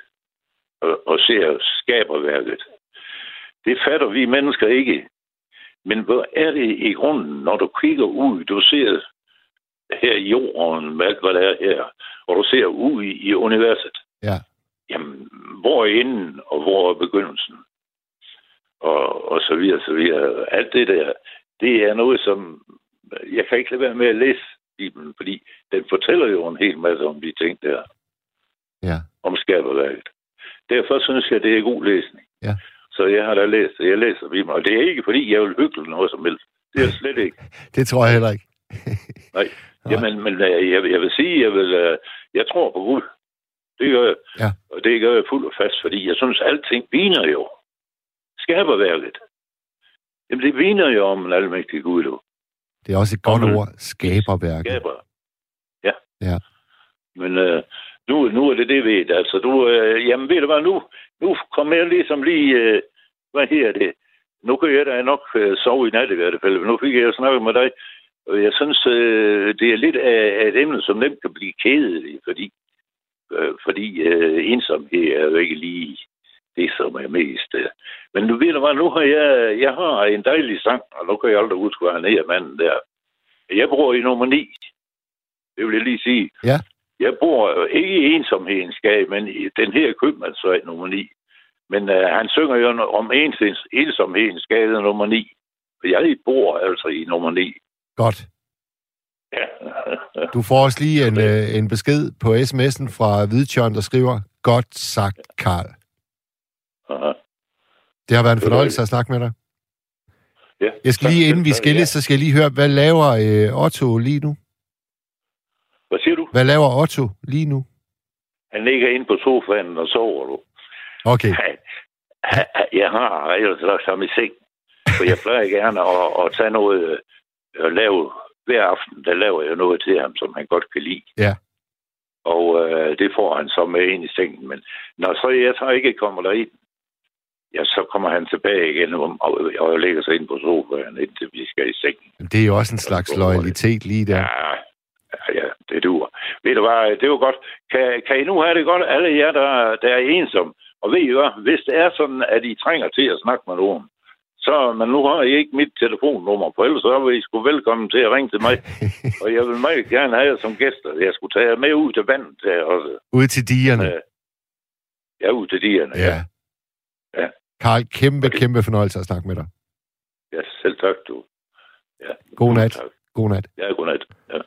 og ser skaberværket, det fatter vi mennesker ikke. Men hvad er det i grunden, når du kigger ud, du ser her i jorden, med alt hvad der er her, og du ser ud i universet. Ja. Jamen, hvor er enden, og hvor er begyndelsen? Og så videre, så videre. Alt det der, det er noget, som jeg kan ikke lade være med at læse Bibelen, fordi den fortæller jo en hel masse om de ting der. Ja. Om skaberværket. Derfor synes jeg, det er god læsning. Ja. Så jeg har da læst det. Jeg læser Bibelen. Og det er ikke, fordi jeg vil hygge noget som helst. Det er slet ikke. Det tror jeg heller ikke. Nej. Jamen, men jeg vil sige, jeg tror på Gud. Det gør jeg. Ja. Og det gør jeg fuldt og fast, fordi jeg synes, alting viner jo. Skaberværket. Jamen, det viner jo om en almægtig Gud, du. Det er også et godt ord, skaberværket. Skaber. Ja. Ja. Men nu er det ved. Altså, jamen, ved du hvad, nu kommer jeg ligesom lige, hvad her det? Nu kan jeg da nok sove i nat i hvert fald, men nu fik jeg jo snakket med dig. Og jeg synes, det er lidt af et emne, som nemt kan blive kedeligt, fordi ensomhed er jo ikke lige det, som er mest. Men nu ved du hvad, nu har jeg har en dejlig sang, og nu kan jeg aldrig huske, hvad han er, manden der. Jeg bor i nummer 9. Det vil jeg lige sige. Ja. Jeg bor ikke i ensomhedens gade, men i den her købmandsvej nummer 9. Men han synger jo om ensomhedens gade nummer 9. For jeg bor altså i nummer 9. Godt. Ja. Du får også lige en besked på sms'en fra Hvidtjørn, der skriver, godt sagt, Karl. Aha. Det har været en fornøjelse at snakke med dig. Ja. Jeg skal lige, inden vi skilles, så skal jeg lige høre, hvad laver Otto lige nu? Hvad siger du? Hvad laver Otto lige nu? Han ligger inde på sofaen og sover, du. Okay. Jeg har ellers lagt ham i seng. For jeg plejer gerne at tage noget og lave. Hver aften, der laver jeg noget til ham, som han godt kan lide. Ja. Og det får han så med ind i sengen. Men når så jeg så ikke kommer derind, ja, så kommer han tilbage igen og lægger sig ind på sofaen, indtil vi skal i sengen. Det er jo også en slags loyalitet lige der. Ja, det duer. Ved du hvad, det var godt. Kan I nu have det godt, alle jer, der er ensomme? Og ved I hvad, hvis det er sådan, at I trænger til at snakke med nogen, men nu har jeg ikke mit telefonnummer på, ellers så vil I sgu velkommen til at ringe til mig. Og jeg vil meget gerne have jer som gæster. Jeg skulle tage jer med ud til vandet også. Ud til digerne? Ja, ud til digerne, ja. Karl, kæmpe fornøjelse at snakke med dig. Ja, selv tak, du. Ja. God nat. God nat. Ja, god nat. Ja,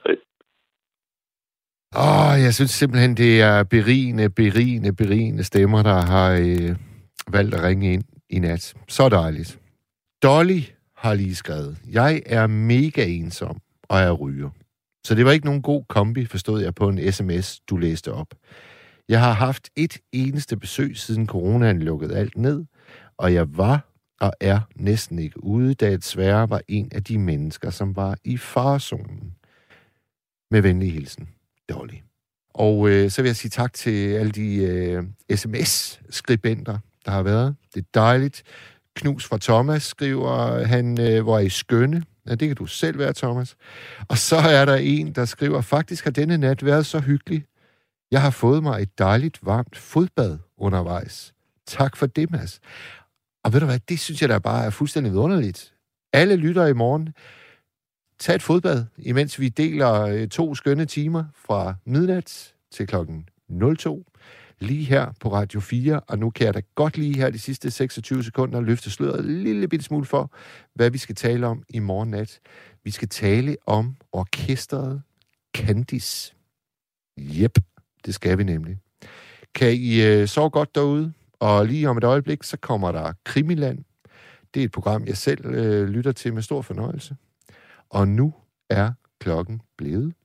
jeg synes simpelthen, det er berigende stemmer, der har valgt at ringe ind i nat. Så dejligt. Dolly har lige skrevet, jeg er mega ensom, og jeg ryger. Så det var ikke nogen god kombi, forstod jeg på en sms, du læste op. Jeg har haft et eneste besøg, siden coronaen lukkede alt ned, og jeg var og er næsten ikke ude, da jeg desværre var en af de mennesker, som var i farezonen. Med venlig hilsen, Dolly. Og så vil jeg sige tak til alle de sms-skribenter, der har været. Det er dejligt. Knus fra Thomas skriver, han var i skønne. Ja, det kan du selv være, Thomas. Og så er der en, der skriver, faktisk har denne nat været så hyggelig. Jeg har fået mig et dejligt, varmt fodbad undervejs. Tak for det, Mads. Og ved du hvad, det synes jeg da bare er fuldstændig vidunderligt. Alle lytter i morgen. Tag et fodbad, imens vi deler 2 skønne timer fra midnat til klokken 02. Lige her på Radio 4, og nu kan jeg da godt lige her de sidste 26 sekunder løfte sløret en lille bitte smule for, hvad vi skal tale om i morgen nat. Vi skal tale om orkestret Candice. Jep, det skal vi nemlig. Kan I sove godt derude? Og lige om et øjeblik, så kommer der Krimiland. Det er et program, jeg selv lytter til med stor fornøjelse. Og nu er klokken blevet